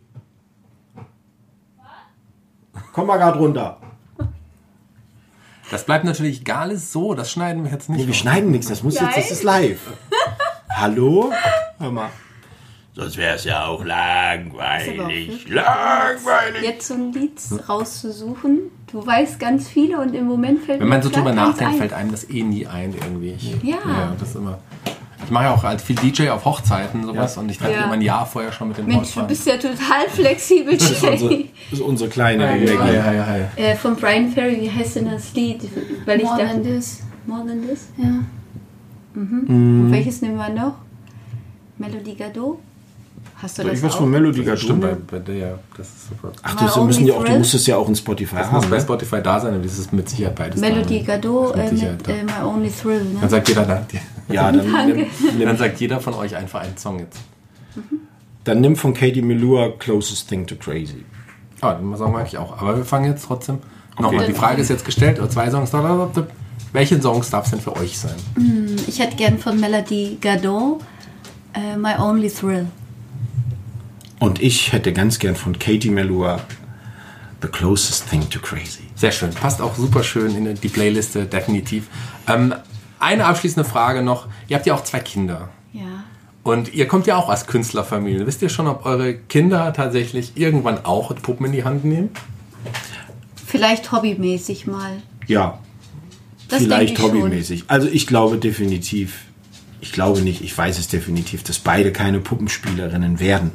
Was? Komm mal grad runter. Das bleibt natürlich alles so, das schneiden wir jetzt nicht. Nee, wir schneiden nichts, das ist live. Hallo? Hör mal. Sonst wäre es ja auch langweilig. Langweilig. Jetzt so ein Lied rauszusuchen. Du weißt ganz viele und im Moment fällt wenn man so drüber nachdenkt, fällt einem das nie ein irgendwie. Das ist immer. Ich mache ja auch als viel DJ auf Hochzeiten sowas und ich treffe immer ein Jahr vorher schon mit den Mensch, du bist ja total flexibel, Das ist unsere kleine Maggie. Von Brian Ferry, wie heißt denn das Lied? Weil More Than This. More Than This? Ja. Und welches nehmen wir noch? Melody Gardot? Hast du das was auch? von Melody Gardot? Stimmt, bei der, das ist super. Ach, du musst es ja auch in Spotify haben. Das muss bei Spotify da sein, aber das ist mit Sicherheit beides. Melody Gardot mit My Only Thrill. Ne? Dann sagt jeder, dann sagt jeder von euch einfach einen Song jetzt. Dann nimm von Katie Melua Closest Thing to Crazy. Den Song mag ich auch. Aber wir fangen jetzt trotzdem nochmal. Die Frage ist jetzt gestellt, 2 Songs. Welche Songs darf es denn für euch sein? Ich hätte gern von Melody Gardot My Only Thrill. Und ich hätte ganz gern von Katie Melua The Closest Thing to Crazy. Sehr schön. Passt auch super schön in die Playliste, definitiv. Eine abschließende Frage noch. Ihr habt ja auch 2 Kinder. Ja. Und ihr kommt ja auch aus Künstlerfamilie. Wisst ihr schon, ob eure Kinder tatsächlich irgendwann auch Puppen in die Hand nehmen? Vielleicht hobbymäßig mal. Ja, das vielleicht hobbymäßig. Schon. Also ich glaube definitiv, ich weiß es definitiv, dass beide keine Puppenspielerinnen werden.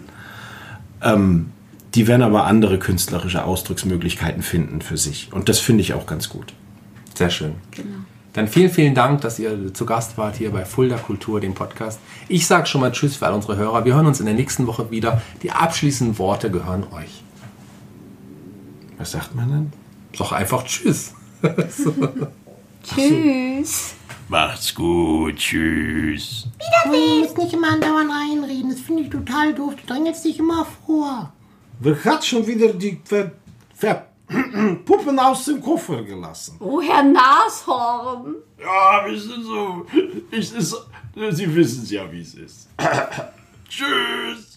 Die werden aber andere künstlerische Ausdrucksmöglichkeiten finden für sich. Und das finde ich auch ganz gut. Sehr schön. Genau. Dann vielen, vielen Dank, dass ihr zu Gast wart hier bei Fulda Kultur, dem Podcast. Ich sage schon mal Tschüss für all unsere Hörer. Wir hören uns in der nächsten Woche wieder. Die abschließenden Worte gehören euch. Was sagt man dann? Doch einfach Tschüss. Tschüss. Macht's gut. Tschüss. Wiedersehen. Jetzt nicht immer andauernd reinreden. Das finde ich total doof. Du drängelst dich immer vor. Wer hat schon wieder die Puppen aus dem Koffer gelassen? Oh, Herr Nashorn. Ja, wir sind so. Sie wissen es ja, wie es ist. Tschüss.